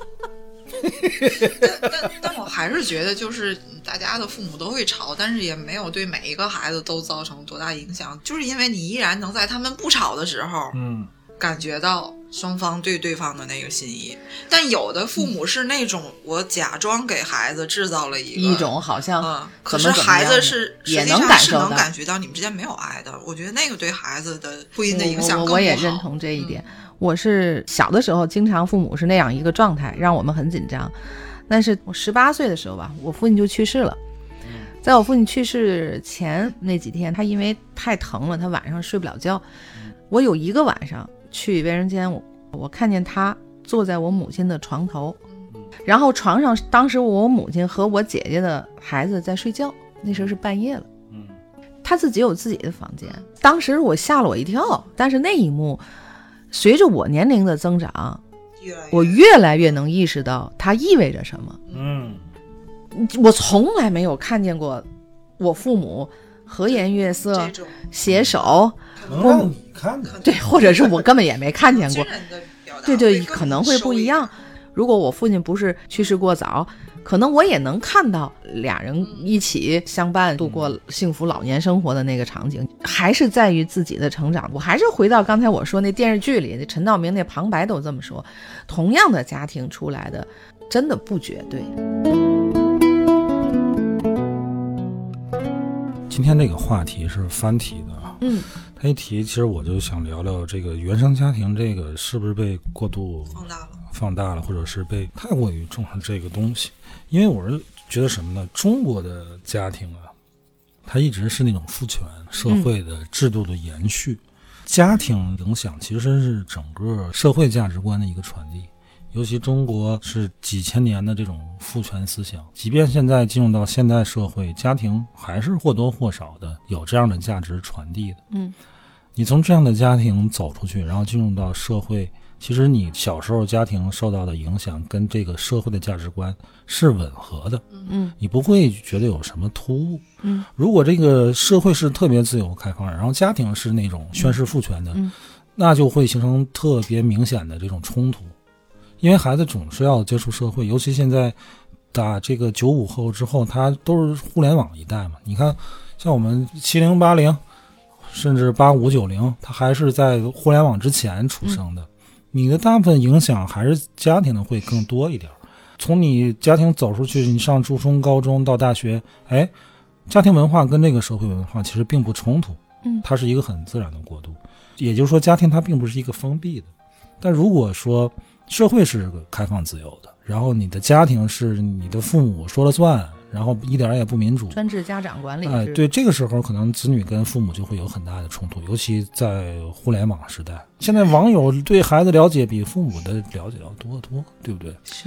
但我还是觉得，就是大家的父母都会吵，但是也没有对每一个孩子都造成多大影响，就是因为你依然能在他们不吵的时候，感觉到双方对对方的那个心意。但有的父母是那种，我假装给孩子制造了一种好像， 可是孩子是也能感觉到你们之间没有爱的。我觉得那个对孩子的婚姻的影响更不好。 我也认同这一点。我是小的时候经常父母是那样一个状态，让我们很紧张。但是我18岁的时候吧，我父亲就去世了。在我父亲去世前那几天，他因为太疼了，他晚上睡不了觉。我有一个晚上去卫生间，我看见他坐在我母亲的床头，然后床上当时我母亲和我姐姐的孩子在睡觉，那时候是半夜了。他自己有自己的房间。当时我吓了我一跳，但是那一幕随着我年龄的增长，我越来越能意识到它意味着什么。我从来没有看见过我父母和颜悦色携手， 能让你看看， 对，或者是我根本也没看见过。对，可能会不一样。如果我父亲不是去世过早，可能我也能看到俩人一起相伴度过幸福老年生活的那个场景。还是在于自己的成长。我还是回到刚才我说那电视剧里，那陈道明那旁白都这么说，同样的家庭出来的真的不绝对。 今天这个话题是翻题的啊，他一提，其实我就想聊聊这个原生家庭，这个是不是被过度放大了，或者是被太过于重视这个东西。因为我是觉得什么呢，中国的家庭啊，它一直是那种父权社会的制度的延续，家庭影响其实是整个社会价值观的一个传递。尤其中国是几千年的这种父权思想，即便现在进入到现代社会，家庭还是或多或少的有这样的价值传递的。你从这样的家庭走出去，然后进入到社会，其实你小时候家庭受到的影响跟这个社会的价值观是吻合的。你不会觉得有什么突兀。如果这个社会是特别自由开放，然后家庭是那种宣示父权的，那就会形成特别明显的这种冲突。因为孩子总是要接触社会，尤其现在打这个95后之后，他都是互联网一代嘛。你看像我们70、80甚至85、90，他还是在互联网之前出生的。你的大部分影响还是家庭的会更多一点。从你家庭走出去，你上初中、高中到大学，家庭文化跟这个社会文化其实并不冲突，它是一个很自然的过渡。也就是说，家庭它并不是一个封闭的。但如果说社会是个开放自由的，然后你的家庭是你的父母说了算，然后一点也不民主， 专制家长管理对，这个时候可能子女跟父母就会有很大的冲突，尤其在互联网时代，现在网友对孩子了解比父母的了解要多得多，对不对？ 是。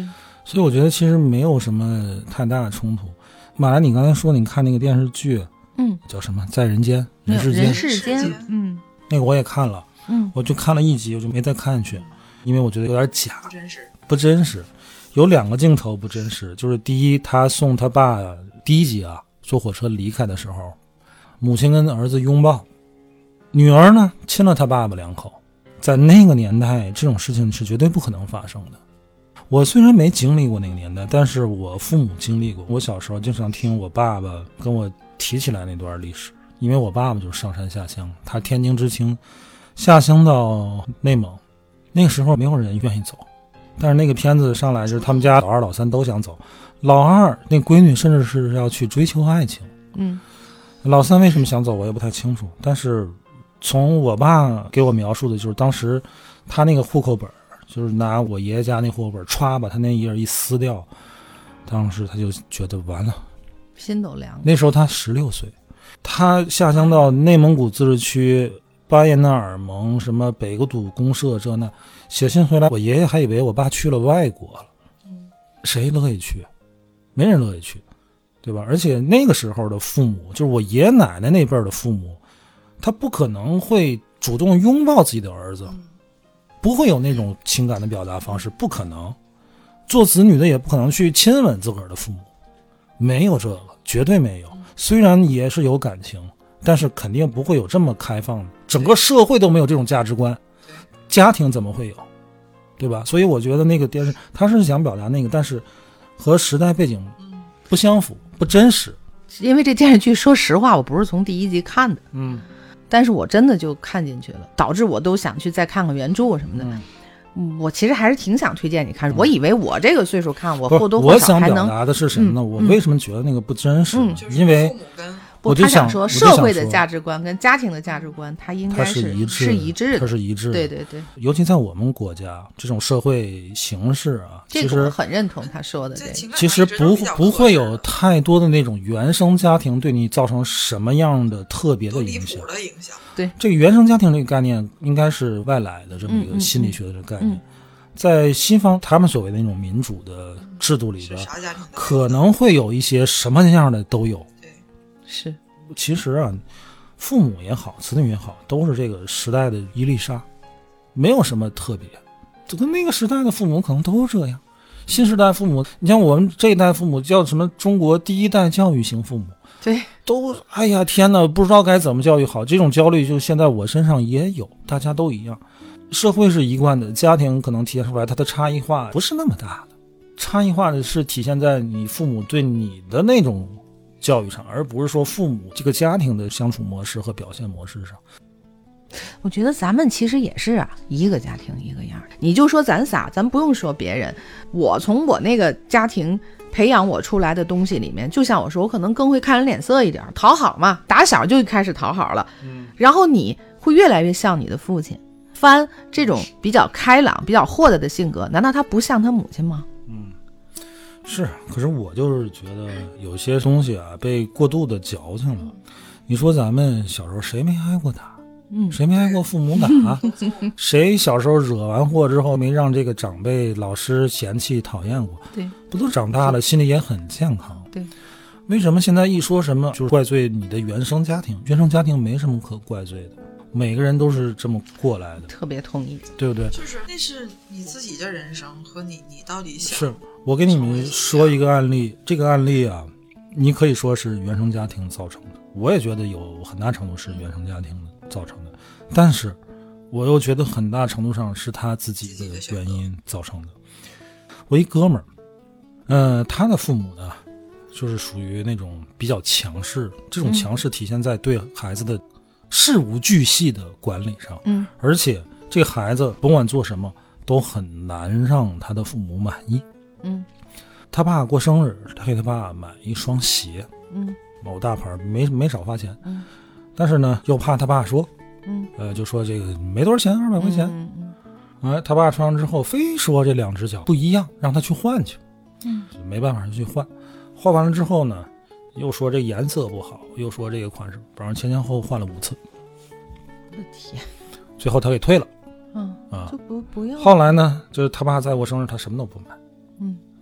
所以我觉得其实没有什么太大的冲突。马来，你刚才说你看那个电视剧，叫什么在人间人世间， 人世间， 那个我也看了，我就看了一集我就没再看下去，因为我觉得有点假，不真实。有2个镜头不真实，就是第一，他送他爸第一集啊坐火车离开的时候，母亲跟儿子拥抱，女儿呢亲了他爸爸2口。在那个年代这种事情是绝对不可能发生的。我虽然没经历过那个年代，但是我父母经历过。我小时候经常听我爸爸跟我提起来那段历史，因为我爸爸就是上山下乡，他天津知青下乡到内蒙，那个时候没有人愿意走，但是那个片子上来就是他们家老2老3都想走，老2那闺女甚至是要去追求爱情，老3为什么想走我也不太清楚，但是从我爸给我描述的就是当时他那个户口本，就是拿我爷爷家那户口本歘把他那一页一撕掉，当时他就觉得完了， 心都凉了。 那时候他16岁，他下乡到内蒙古自治区巴彦淖尔盟什么北个堵公社这那，写信回来，我爷爷还以为我爸去了外国了，谁乐意去？没人乐意去，对吧？而且那个时候的父母，就是我爷爷奶奶那辈的父母，他不可能会主动拥抱自己的儿子，不会有那种情感的表达方式，不可能。做子女的也不可能去亲吻自个儿的父母，没有这个，绝对没有。虽然也是有感情，但是肯定不会有这么开放的，整个社会都没有这种价值观，家庭怎么会有，对吧？所以我觉得那个电视他是想表达那个，但是和时代背景不相符，不真实。 因为这电视剧说实话我不是从第1集看的，但是我真的就看进去了，导致我都想去再看看原著什么的。我其实还是挺想推荐你看，我以为我这个岁数看我或多或少还能。 我想表达的是什么呢？我为什么觉得那个不真实？因为他想说社会的价值观跟家庭的价值观，它应该是一致的， 它是一致的。 对对对， 尤其在我们国家这种社会形势啊， 这个我很认同他说的。 其实不会有太多的那种原生家庭对你造成什么样的特别的影响。 对， 这个原生家庭这个概念应该是外来的这么一个心理学的这个概念。在西方他们所谓的那种民主的制度里边，可能会有一些什么样的都有。 是， 其实啊，父母也好，子女也好，都是这个时代的一粒沙，没有什么特别。就跟那个时代的父母可能都这样。新时代父母，你像我们这一代父母叫什么？中国第1代教育型父母， 对， 都哎呀天哪，不知道该怎么教育好。这种焦虑就现在我身上也有，大家都一样。社会是一贯的，家庭可能体现出来它的差异化不是那么大的，差异化的是体现在你父母对你的那种教育上，而不是说父母这个家庭的相处模式和表现模式上。 我觉得咱们其实也是啊，一个家庭一个样。你就说咱仨，咱不用说别人，我从我那个家庭培养我出来的东西里面，就像我说，我可能更会看人脸色一点，讨好嘛，打小就开始讨好了。然后你会越来越像你的父亲。帆这种比较开朗比较豁达的性格，难道他不像他母亲吗？ 是，可是我就是觉得有些东西啊被过度的矫情了。你说咱们小时候谁没挨过打？谁没挨过父母打？谁小时候惹完祸之后没让这个长辈老师嫌弃讨厌过？ 对， 不都长大了心里也很健康？ 对， 为什么现在一说什么就是怪罪你的原生家庭？原生家庭没什么可怪罪的，每个人都是这么过来的。 特别同意， 对不对？ 就是那是你自己的人生和你到底想。 是我给你们说一个案例，这个案例啊，你可以说是原生家庭造成的，我也觉得有很大程度是原生家庭造成的，但是我又觉得很大程度上是他自己的原因造成的。我一哥们儿，他的父母呢，就是属于那种比较强势，这种强势体现在对孩子的事无巨细的管理上，而且这个孩子甭管做什么都很难让他的父母满意。他爸过生日，他给他爸买一双鞋，某大牌，没少花钱，但是呢又怕他爸说，就说这个没多少钱，200块钱，他爸穿上之后非说这2只脚不一样，让他去换去，没办法就去换完了之后呢，又说这颜色不好，又说这个款式，反正前后换了5次。 我的天！ 最后他给退了， 就不要。 后来呢，就是他爸在过生日，他什么都不买，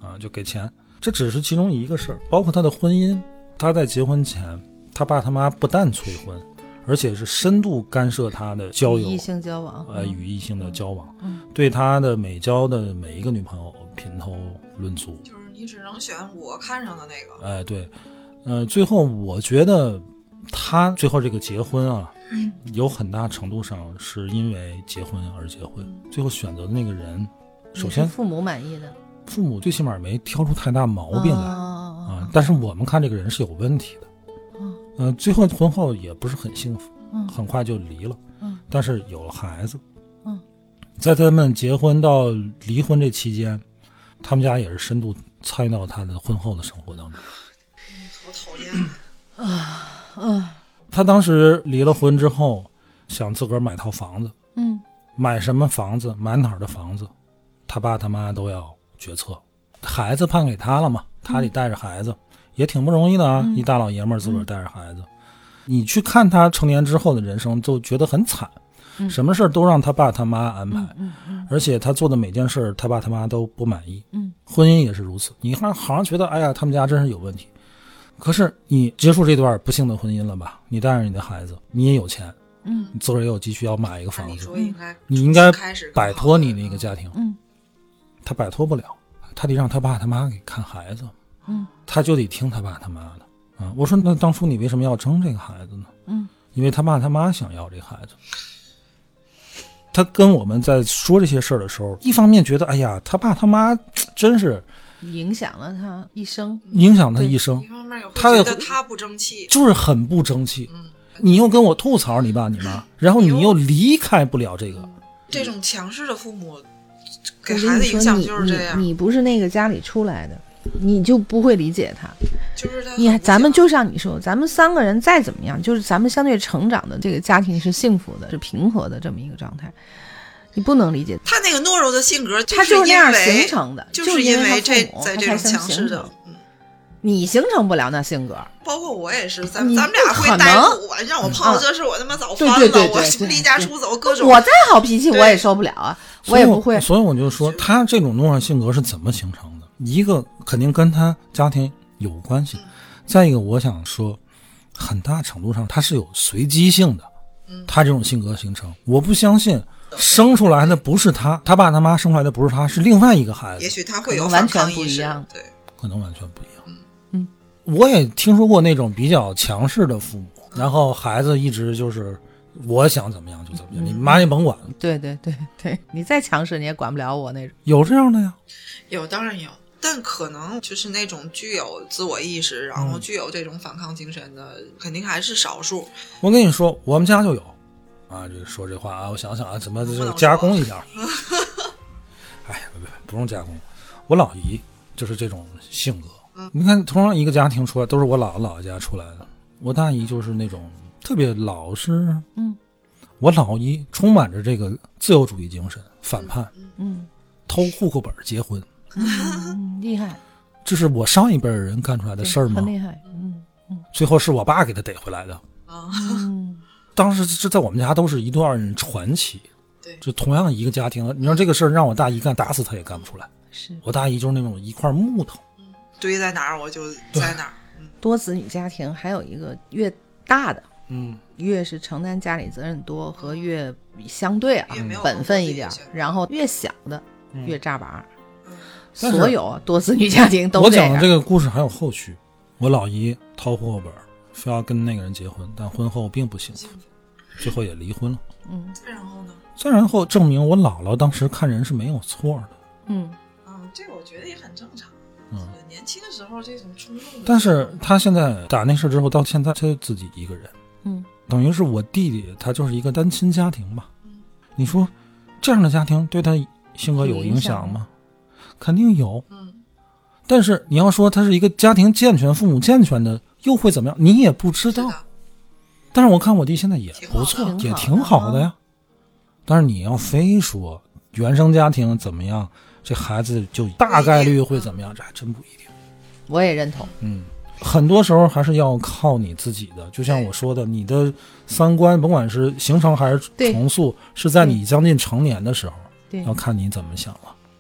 啊，就给钱。这只是其中一个事儿，包括他的婚姻。他在结婚前，他爸他妈不但催婚，而且是深度干涉他的交友、 异性交往， 与异性的交往，对他的每交的每一个女朋友品头论足， 就是你只能选我看上的那个。 对，最后我觉得他最后这个结婚啊，有很大程度上是因为结婚而结婚，最后选择的那个人，首先父母满意的， 父母最起码没挑出太大毛病来但是我们看这个人是有问题的，最后婚后也不是很幸福，很快就离了，但是有了孩子，在他们结婚到离婚这期间，他们家也是深度参与到他的婚后的生活当中。 好讨厌他当时离了婚之后，想自个儿买套房子，买什么房子，买哪儿的房子，他爸他妈都要决策。孩子判给他了嘛，他得带着孩子，也挺不容易的啊，一大老爷们儿自个儿带着孩子。你去看他成年之后的人生，就觉得很惨，什么事都让他爸他妈安排，而且他做的每件事他爸他妈都不满意，婚姻也是如此。你好像觉得哎呀，他们家真是有问题，可是你结束这段不幸的婚姻了吧，你带着你的孩子，你也有钱，你自个儿也有积蓄要买一个房子，你应该摆脱你那个家庭，他摆脱不了，他得让他爸他妈给看孩子，他就得听他爸他妈的。我说那当初你为什么要争这个孩子呢？因为他爸他妈想要这个孩子。他跟我们在说这些事儿的时候，一方面觉得哎呀，他爸他妈真是影响了他一生， 一方面也会觉得他不争气， 就是很不争气。你又跟我吐槽你爸你妈，然后你又离开不了这个， 这种强势的父母给孩子影响就是这样。 你不是那个家里出来的，你就不会理解他。 就是他， 咱们就像你说，咱们三个人再怎么样，就是咱们相对成长的这个家庭是幸福的，是平和的这么一个状态，你不能理解他那个懦弱的性格， 他就是那样形成的， 就是因为在这种强势的。 你形成不了那性格， 包括我也是，咱们俩会带入啊，让我碰到这事我他妈早翻了，我离家出走各种。 我再好脾气我也受不了啊，我也不会。 所以我就说，他这种懦弱性格是怎么形成的？一个肯定跟他家庭有关系，再一个我想说，很大程度上他是有随机性的。他这种性格形成，我不相信生出来的不是他爸他妈生出来的不是他，是另外一个孩子。 也许他会有完全不一样， 对， 可能完全不一样。我也听说过那种比较强势的父母，然后孩子一直就是我想怎么样就怎么样，你妈也甭管。 对，你再强势你也管不了我那种。 有这样的呀？ 有，当然有，但可能就是那种具有自我意识，然后具有这种反抗精神的，肯定还是少数。 我跟你说，我们家就有啊，就说这话啊，我想想啊，怎么就加工一下？哎，不用加工，我老姨就是这种性格。你看同样一个家庭出来，都是我姥姥家出来的，我大姨就是那种特别老实，我老姨充满着这个自由主义精神，反叛，偷户口本结婚， 厉害， 这是我上一辈人干出来的事儿吗？ 很厉害， 最后是我爸给他逮回来的，当时这在我们家都是一段传奇， 对， 就同样一个家庭，你说这个事儿让我大姨干，打死他也干不出来， 是我大姨就是那种一块木头。 堆在哪儿我就在哪儿。 多子女家庭还有一个越大的，越是承担家里责任多和越相对本分一点，然后越小的越扎把。所有多子女家庭都这样。 我讲的这个故事还有后续，我老姨掏户口本，非要跟那个人结婚，但婚后并不幸福，最后也离婚了。 再然后呢？ 再然后证明我姥姥当时看人是没有错的。 这个我觉得也很正常。年轻的时候这种冲动， 但是他现在打那事之后，到现在他就自己一个人，等于是我弟弟他就是一个单亲家庭吧。你说这样的家庭对他性格有影响吗？肯定有。但是你要说他是一个家庭健全、父母健全的，又会怎么样？你也不知道。但是我看我弟现在也不错，也挺好的呀。但是你要非说原生家庭怎么样，这孩子就大概率会怎么样，这还真不一定。 我也认同。 很多时候还是要靠你自己的，就像我说的，你的三观甭管是形成还是重塑，是在你将近成年的时候，要看你怎么想了。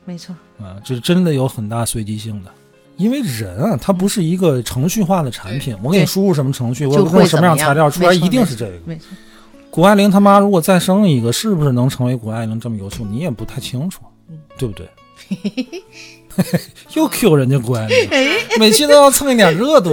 没错这真的有很大随机性的。因为人啊，他不是一个程序化的产品，我给你输入什么程序，我用什么样材料出来，一定是这个。 没错。 谷爱凌他妈如果再生一个，是不是能成为谷爱凌这么优秀，你也不太清楚，对不对？又 Q 人家谷爱凌，每期都要蹭一点热度。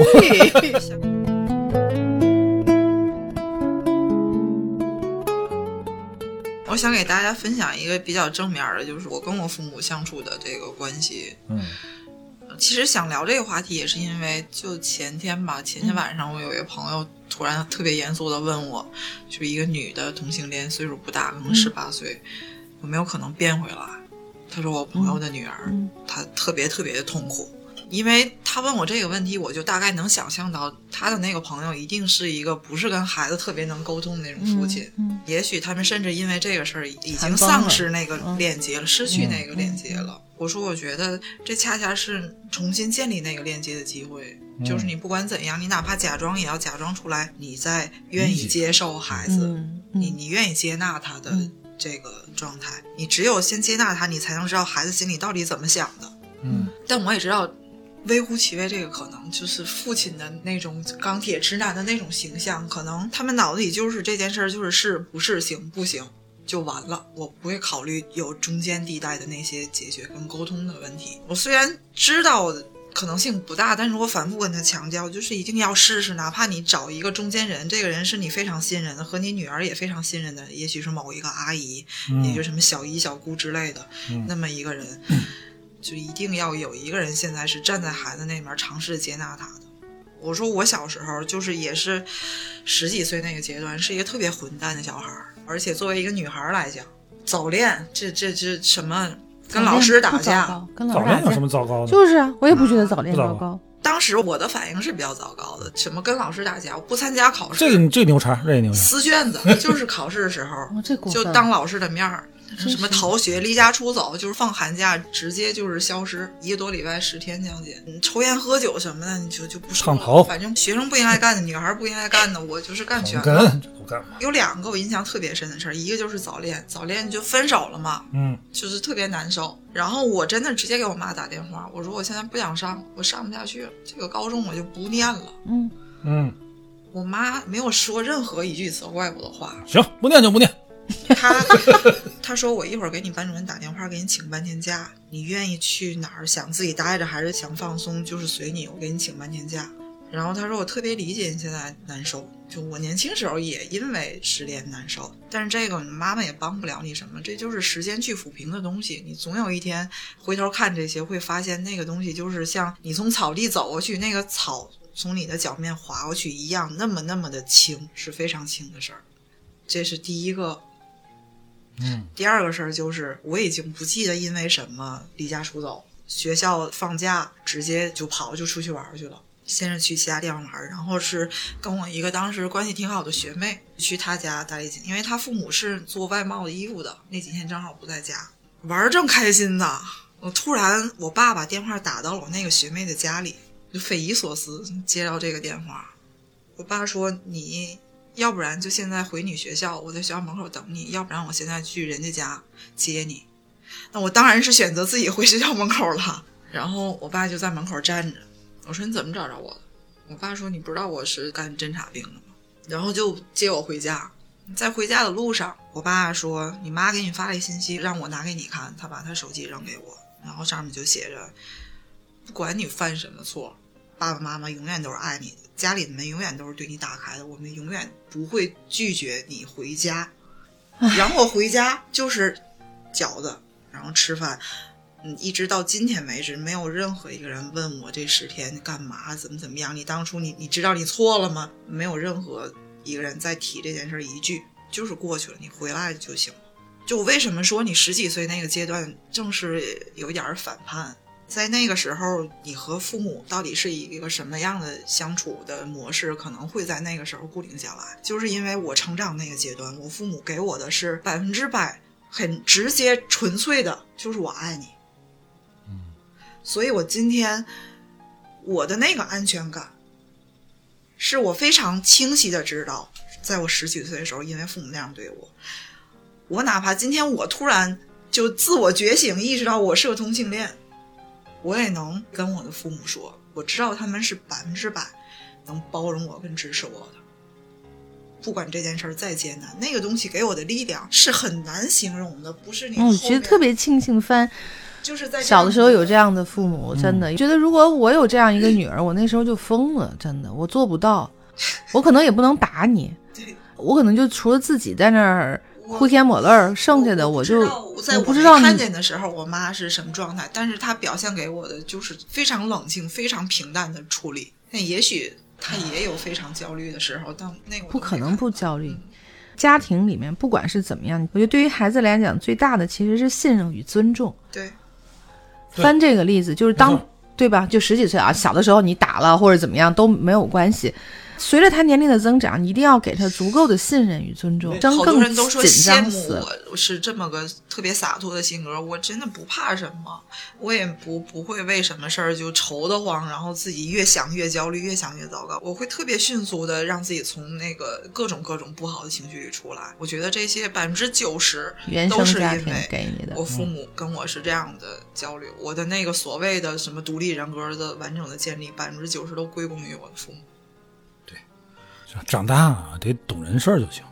我想给大家分享一个比较正面的，就是我跟我父母相处的这个关系。其实想聊这个话题也是因为就前天晚上我有一个朋友突然特别严肃的问我，就是一个女的同性恋，岁数不大，可能18岁，有没有可能变回来。他说我朋友的女儿她特别特别的痛苦。因为他问我这个问题，我就大概能想象到他的那个朋友一定是一个不是跟孩子特别能沟通的那种父亲，也许他们甚至因为这个事儿已经丧失那个链接了，失去那个链接了。我说我觉得这恰恰是重新建立那个链接的机会，就是你不管怎样，你哪怕假装也要假装出来你在愿意接受孩子，你愿意接纳他的这个状态，你只有先接纳他，你才能知道孩子心里到底怎么想的。但我也知道微乎其微这个可能就是父亲的那种钢铁直男的那种形象，可能他们脑子里就是这件事就是是不是行不行就完了，我不会考虑有中间地带的那些解决跟沟通的问题。我虽然知道可能性不大，但是我反复跟他强调，就是一定要试试，哪怕你找一个中间人，这个人是你非常信任的，和你女儿也非常信任的，也许是某一个阿姨，也就是什么小姨小姑之类的，那么一个人，就一定要有一个人现在是站在孩子那边尝试接纳他的。我说我小时候就是也是10几岁那个阶段，是一个特别混蛋的小孩，而且作为一个女孩来讲，早恋这什么跟老师打架， 跟老师打架早恋有什么糟糕的？ 就是啊，我也不觉得早恋糟糕。 当时我的反应是比较糟糕的，什么跟老师打架，我不参加考试， 这个牛叉，这个牛叉， 撕卷子，就是考试的时候就当老师的面儿。什么逃学离家出走，就是放寒假直接就是消失1个多礼拜10天将近。抽烟喝酒什么的你就不说了，反正学生不应该干的，女孩不应该干的，我就是干全了。有2个我印象特别深的事儿，一个就是早恋就分手了嘛，就是特别难受。然后我真的直接给我妈打电话，我说我现在不想上，我上不下去了，这个高中我就不念了。我妈没有说任何一句责怪我的话， 行，不念就不念。 他说我一会儿给你班主任打电话，给你请半天假，你愿意去哪儿，想自己待着还是想放松，就是随你，我给你请半天假。然后他说我特别理解你现在难受，就我年轻时候也因为失恋难受，但是这个妈妈也帮不了你什么，这就是时间去抚平的东西，你总有一天回头看这些会发现那个东西就是像你从草地走过去，那个草从你的脚面滑过去一样，那么的轻，是非常轻的事儿。这是第一个。第2个事儿就是我已经不记得因为什么离家出走，学校放假直接就出去玩去了，先是去其他地方玩，然后是跟我一个当时关系挺好的学妹去她家待几天，因为她父母是做外贸的衣服的，那几天正好不在家，玩正开心呢。我突然我爸把电话打到了我那个学妹的家里，就匪夷所思接到这个电话，我爸说你要不然就现在回你学校，我在学校门口等你，要不然我现在去人家家接你。那我当然是选择自己回学校门口了。然后我爸就在门口站着，我说你怎么找着我的？我爸说你不知道我是干侦察兵的吗？然后就接我回家。在回家的路上，我爸说你妈给你发了一信息让我拿给你看，他把他手机扔给我，然后上面就写着不管你犯什么错，爸爸妈妈永远都是爱你的，家里的门永远都是对你打开的，我们永远不会拒绝你回家。然后我回家就是饺子，然后吃饭，一直到今天为止，没有任何一个人问我这10天干嘛，怎么样，你当初你知道你错了吗？没有任何一个人再提这件事一句，就是过去了，你回来就行了。就我为什么说你10几岁那个阶段正是有一点反叛，在那个时候你和父母到底是一个什么样的相处的模式，可能会在那个时候固定下来。就是因为我成长那个阶段，我父母给我的是100%很直接纯粹的，就是我爱你。所以我今天我的那个安全感是我非常清晰的知道，在我10几岁的时候，因为父母那样对我，我哪怕今天我突然就自我觉醒，意识到我是个同性恋，我也能跟我的父母说，我知道他们是100%能包容我跟支持我的，不管这件事再艰难，那个东西给我的力量是很难形容的，不是你我觉得特别庆幸就是在小的时候有这样的父母，真的觉得如果我有这样一个女儿，我那时候就疯了，真的，我做不到，我可能也不能打你，我可能就除了自己在那儿呼天抹泪，剩下的我就不知道看见的时候我妈是什么状态，但是她表现给我的就是非常冷静非常平淡的处理。那也许她也有非常焦虑的时候，但那个不可能不焦虑。家庭里面不管是怎么样，我觉得对于孩子来讲最大的其实是信任与尊重。 对， 翻这个例子就是对吧，就10几岁啊，小的时候你打了或者怎么样都没有关系，随着他年龄的增长，你一定要给他足够的信任与尊重。 好多人都说羡慕我是这么个特别洒脱的性格，我真的不怕什么，我也不会为什么事儿就愁得慌，然后自己越想越焦虑，越想越糟糕。我会特别迅速的让自己从那个各种不好的情绪里出来。我觉得这些90%都是因为我父母跟我是这样的交流，我的那个所谓的什么独立人格的完整的建立，90%都归功于我的父母。 长大得懂人事就行。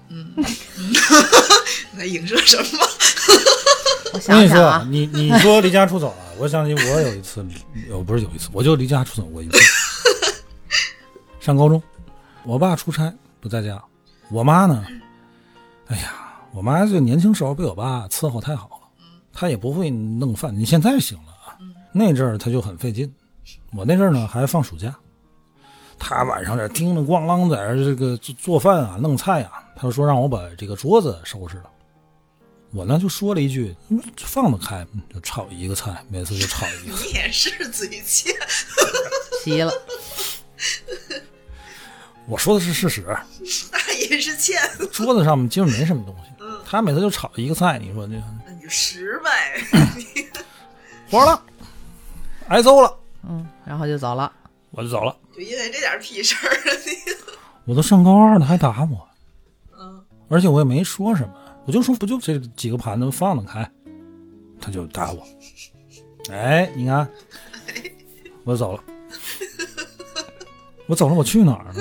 那影射什么？ 我想想啊， 你说离家出走了，我想起我有一次，不是有一次，我就离家出走过一次。上高中，我爸出差不在家，我妈呢，哎呀，我妈就年轻时候被我爸伺候太好了，她也不会弄饭。你现在行了啊，那阵儿她就很费劲。我那阵儿呢还放暑假。他晚上在叮铃咣啷在这个做饭啊弄菜啊，他说让我把这个桌子收拾了。我呢就说了一句放得开，就炒一个菜，每次就炒一个。 你也是嘴欠。 急了。我说的是事实。 那也是欠。 桌子上面基本没什么东西，他每次就炒一个菜，你说这那你就10呗。 活了，挨揍了。 然后就走了。 我就走了。 就因为这点屁事儿， 我都上高2了还打我，而且我也没说什么，我就说不就这几个盘子放得开，他就打我。哎，你看，我走了，我去哪儿了？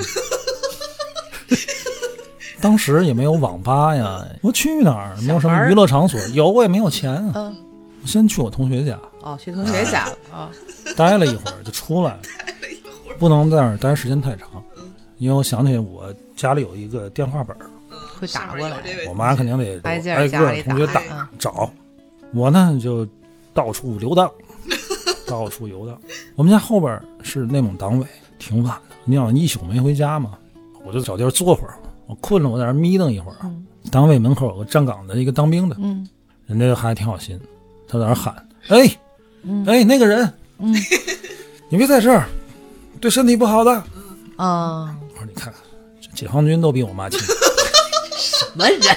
当时也没有网吧呀，我去哪儿？没有什么娱乐场所，有我也没有钱啊。我先去我同学家。 去同学家了啊。 待了一会儿就出来了。不能在那儿待时间太长，因为我想起我家里有一个电话本， 会打过来， 我妈肯定得挨个同学打找。我呢就到处游荡，到处游荡。我们家后边是内蒙党委，挺晚的，你想一宿没回家嘛，我就找地儿坐会儿，我困了我在那儿眯瞪一会儿。党委门口有个站岗的一个当兵的，人家还挺好心，他在那儿喊：“哎，那个人，你别在这儿。”对身体不好的我说你看这解放军都比我妈亲。 什么人？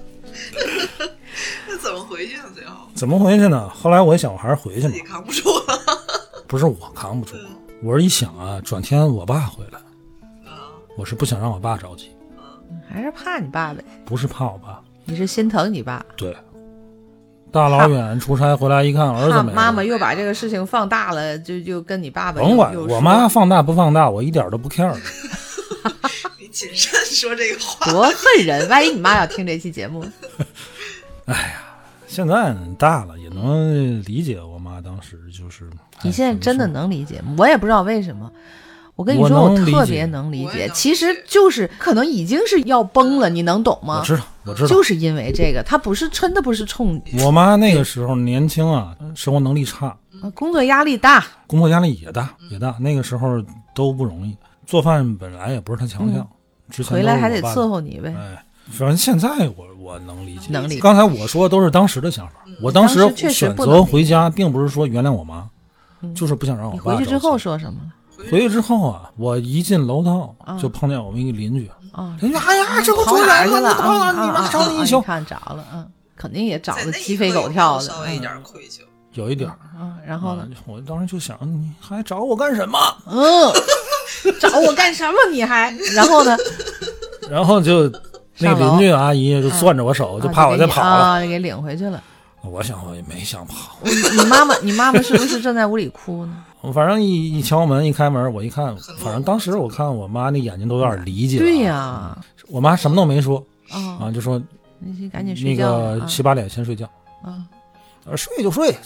那怎么回去呢？最后怎么回去呢？后来我一想，我还是回去吧。 自己扛不住了。 不是我扛不住，我是一想啊，转天我爸回来，我是不想让我爸着急。 还是怕你爸呗？ 不是怕我爸， 你是心疼你爸。 对。大老远出差回来一看儿子没了， 妈妈又把这个事情放大了，就跟你爸爸甭管我妈放大不放大，我一点都不 care。 你谨慎说这个话， 多恨人！万一你妈要听这期节目， 哎呀，现在大了也能理解我妈当时就是。 你现在真的能理解，我也不知道为什么。我跟你说，我特别能理解，其实就是可能已经是要崩了，你能懂吗？ 我知道， 就是因为这个，他不是真的不是冲你。 我妈那个时候年轻啊，生活能力差， 工作压力大， 也大。那个时候都不容易，做饭本来也不是他强项，之前回来还得伺候你呗。 哎，反正现在我能理解， 能理解。 刚才我说的都是当时的想法，我当时选择回家，并不是说原谅我妈，就是不想让我爸。 你回去之后说什么了？ 回去之后啊，我一进楼道就碰见我们一个邻居人家哎呀，这不跑哪去了？ 你妈找你一宿， 看着了，肯定也找的鸡飞狗跳的， 稍微一点愧疚， 有一点。 然后呢， 我当时就想，你还找我干什么？ 找我干什么？你还？然后呢？ 然后就那个邻居阿姨就攥着我手，就怕我再跑了， 给领回去了。 我想我也没想跑。 你妈妈是不是正在屋里哭呢？ 我反正一敲门一开门，我一看，反正当时我看我妈那眼睛都有点理解了。 对呀， 我妈什么都没说就说你赶紧睡觉， 那个洗把脸先睡觉睡就睡。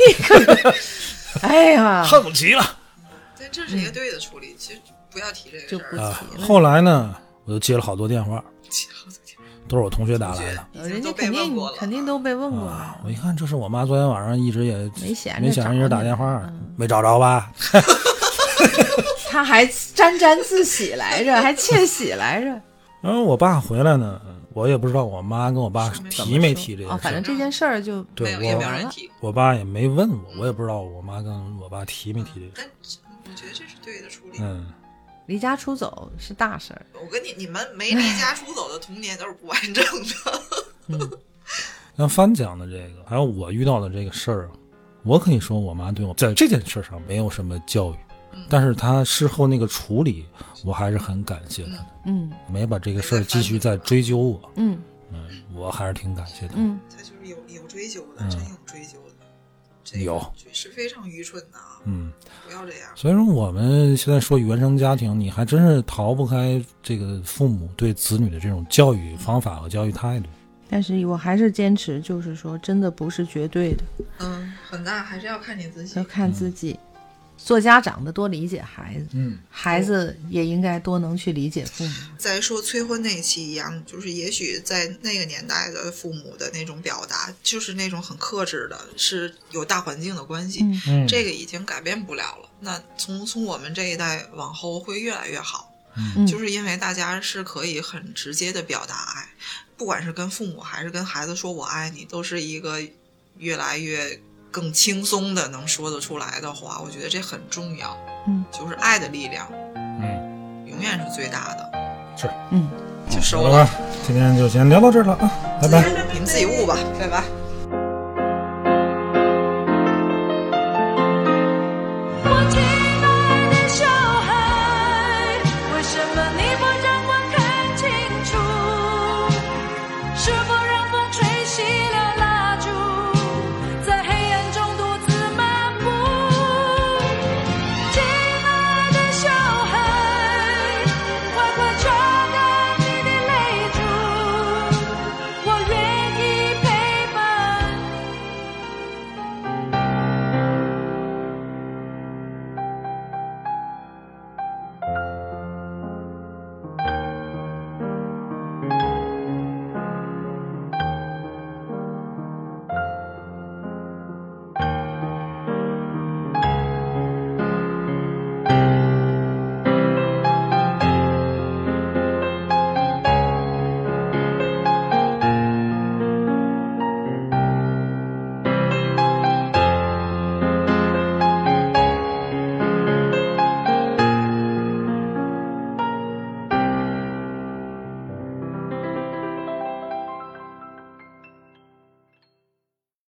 哎呀， 恨不齐了。 但这是一个对的处理，其实不要提这个事儿。 后来呢，我就接了好多电话，都是我同学打来的， 人家肯定都被问过了。 我一看，这是我妈昨天晚上一直也没闲着，一直打电话，没找着吧？ 他还沾自喜来着，还窃喜来着。 然后我爸回来呢，我也不知道我妈跟我爸提没提这件事。 反正这件事儿就对也没有人提。 我爸也没问我也不知道我妈跟我爸提没提这个。 但我觉得这是对的处理。 离家出走是大事儿。 我跟你们没离家出走的童年都是不完整的。 像帆讲的这个，还有我遇到的这个事儿，我可以说我妈对我在这件事上没有什么教育，但是她事后那个处理，我还是很感谢她的。没把这个事儿继续再追究我。我还是挺感谢她。 她就是有追究的，真有追究的。 有是非常愚蠢的不要这样。 所以说我们现在说原生家庭，你还真是逃不开这个父母对子女的这种教育方法和教育态度。 但是我还是坚持，就是说真的不是绝对的。 很大还是要看你自己， 要看自己。做家长的多理解孩子，孩子也应该多能去理解父母。 再说催婚那期一样，就是也许在那个年代的父母的那种表达，就是那种很克制的，是有大环境的关系，这个已经改变不了了。那从我们这一代往后会越来越好，就是因为大家是可以很直接的表达爱，不管是跟父母还是跟孩子说我爱你，都是一个越来越更轻松的能说得出来的话。我觉得这很重要，就是爱的力量，永远是最大的。 是， 就收了。 今天就先聊到这儿了啊，拜拜。 你们自己悟吧，拜拜。 我亲爱的小孩，为什么你